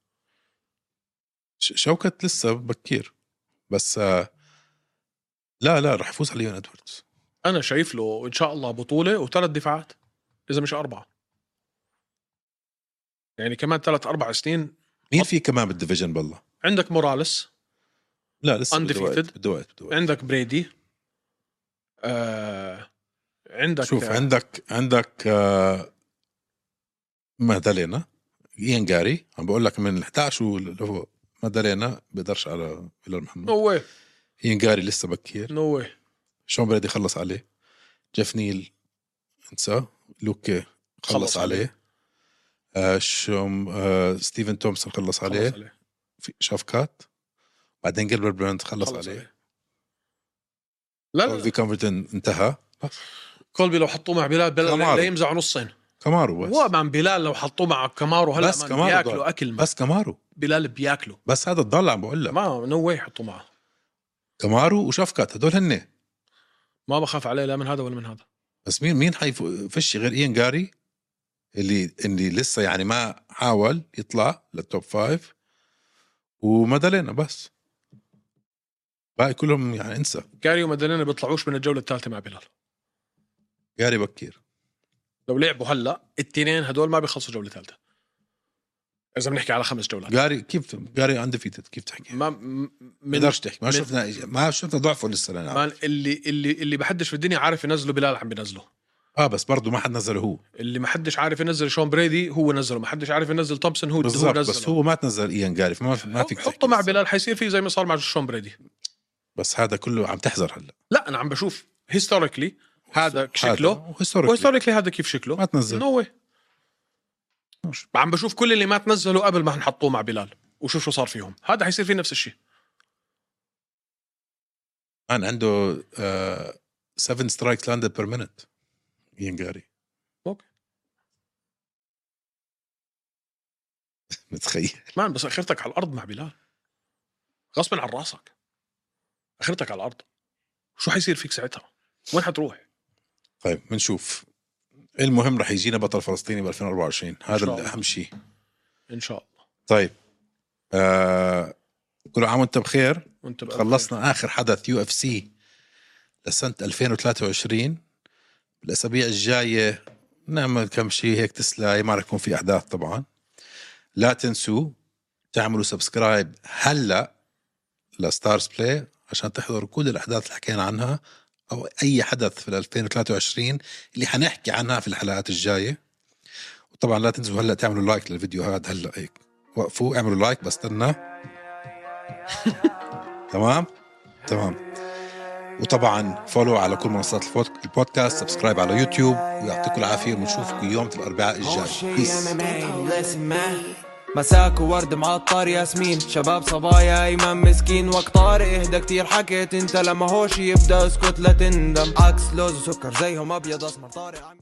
Speaker 2: شوكت لسه بكير بس آه لا لا رح يفوز على ليون ادوردز.
Speaker 1: انا شايف له ان شاء الله بطوله وثلاث دفاعات اذا مش اربعه يعني كمان ثلاث اربع سنين.
Speaker 2: مين في كمان بالديفيجن بالله؟
Speaker 1: عندك موراليس
Speaker 2: لا لسه
Speaker 1: undefeated.
Speaker 2: بده وقت.
Speaker 1: عندك بريدي آه... عندك
Speaker 2: شوف
Speaker 1: آه...
Speaker 2: عندك عندك آه مادالينا إيان جاري عم بقول لك من إحدى عشر اللي هو مادالينا بيقدرش على بلال محمد.
Speaker 1: نو واي.
Speaker 2: إيان جاري لسه بكير.
Speaker 1: نو واي.
Speaker 2: شون بريدي خلص عليه. جيف نيل انسى. لوكي خلص, خلص عليه, عليه. آه شوم آه ستيفن تومسون خلص عليه, عليه. في شافكات بعدين جيلبرت برنت خلص, خلص عليه, عليه.
Speaker 1: لا لا
Speaker 2: في كونفرتن انتهى.
Speaker 1: كولبي لو حطوه مع بلال بلال لا يمزع نصين.
Speaker 2: كامارو بس
Speaker 1: هو مع بلال لو حطوه مع كامارو هلا
Speaker 2: بس كامارو
Speaker 1: بياكلوا اكل
Speaker 2: بس كامارو
Speaker 1: بلال بياكلوا
Speaker 2: بس هذا الضل عم بقول لك
Speaker 1: ما نو واي يحطوه معه.
Speaker 2: كامارو وشافكات هدول هن
Speaker 1: ما بخاف عليه لا من هذا ولا من هذا.
Speaker 2: بس مين مين حيفش غير إيان جاري اللي اللي لسه يعني ما حاول يطلع للتوب فايف ومادالينا بس باقي كلهم يعني انسى.
Speaker 1: جاري ومادالينا بيطلعوش من الجولة الثالثة مع بلال.
Speaker 2: جاري بكير
Speaker 1: لو لعبوا هلا التنين هدول ما بيخلصوا جولة ثالثة إذا بنحكي على خمس جولات.
Speaker 2: جاري كيف جاري انديفيتد كيف تحكي؟
Speaker 1: ما
Speaker 2: ما قدرش تحكي ما شفنا ما شفنا ضعفه لسه لنا.
Speaker 1: ما اللي اللي اللي بحدش في الدنيا عارف ينزله بلال عم بينزله.
Speaker 2: اه بس برضه ما حد نزله هو.
Speaker 1: اللي ما حدش عارف ينزل شون بريدي هو نزله. ما حدش عارف ينزل تومسون هو هو نزله.
Speaker 2: بس هو ما تنزل إيان جاري فما ما فيك
Speaker 1: حطه مع بلال حيصير فيه زي ما صار مع شون بريدي.
Speaker 2: بس هذا كله عم تحذر هلا.
Speaker 1: لا انا عم بشوف هيستوريكلي هذا شكله هيستوريكلي هذا كيف شكله
Speaker 2: ما تنزل
Speaker 1: نو واي. عم بشوف كل اللي ما تنزلوا قبل ما نحطوه مع بلال وشوف شو صار فيهم. هذا حيصير فيه نفس الشيء.
Speaker 2: أنا عنده سبعة سترايكس لاندد بير مينت إيان جاري.
Speaker 1: اوكي
Speaker 2: متخيل
Speaker 1: مان بس اخرتك على الارض مع بلال غصبا عن راسك. اخرتك على الارض شو حيصير فيك ساعتها؟ وين حتروح؟
Speaker 2: طيب بنشوف. المهم رح يجينا بطل فلسطيني ب ألفين وأربعة وعشرين هذا الأهم شيء
Speaker 1: إن شاء الله.
Speaker 2: طيب آه... كل عام وانت بخير.
Speaker 1: وانت
Speaker 2: خلصنا بخير. آخر حدث يو اف سي لسنة ألفين وثلاثة وعشرين. بالأسابيع الجاية نعمل كم شيء هيك تسلاي ما رح يكون في أحداث طبعا. لا تنسوا تعملوا سبسكرايب هلأ لستارز بلاي عشان تحضروا كل الأحداث اللي حكينا عنها أو أي حدث في ألفين وثلاثة وعشرين اللي حنحكي عنها في الحلقات الجاية. وطبعا لا تنسوا هلأ تعملوا لايك للفيديو هذا. هلأ هيك وقفوا اعملوا لايك بستنى. تمام تمام. وطبعا فولو على كل منصات البودكاست. سبسكرايب على يوتيوب. ويعطيكم العافية ونشوفكم يوم الأربعاء الجاي. بيس.
Speaker 3: مساك وورد معطر ياسمين شباب صبايا ايمن مسكين وقت طارق اهدى كتير حكيت انت لما هوش يبدا اسكت لا تندم عكس لوز وسكر زيهم ابيض اسمر طارق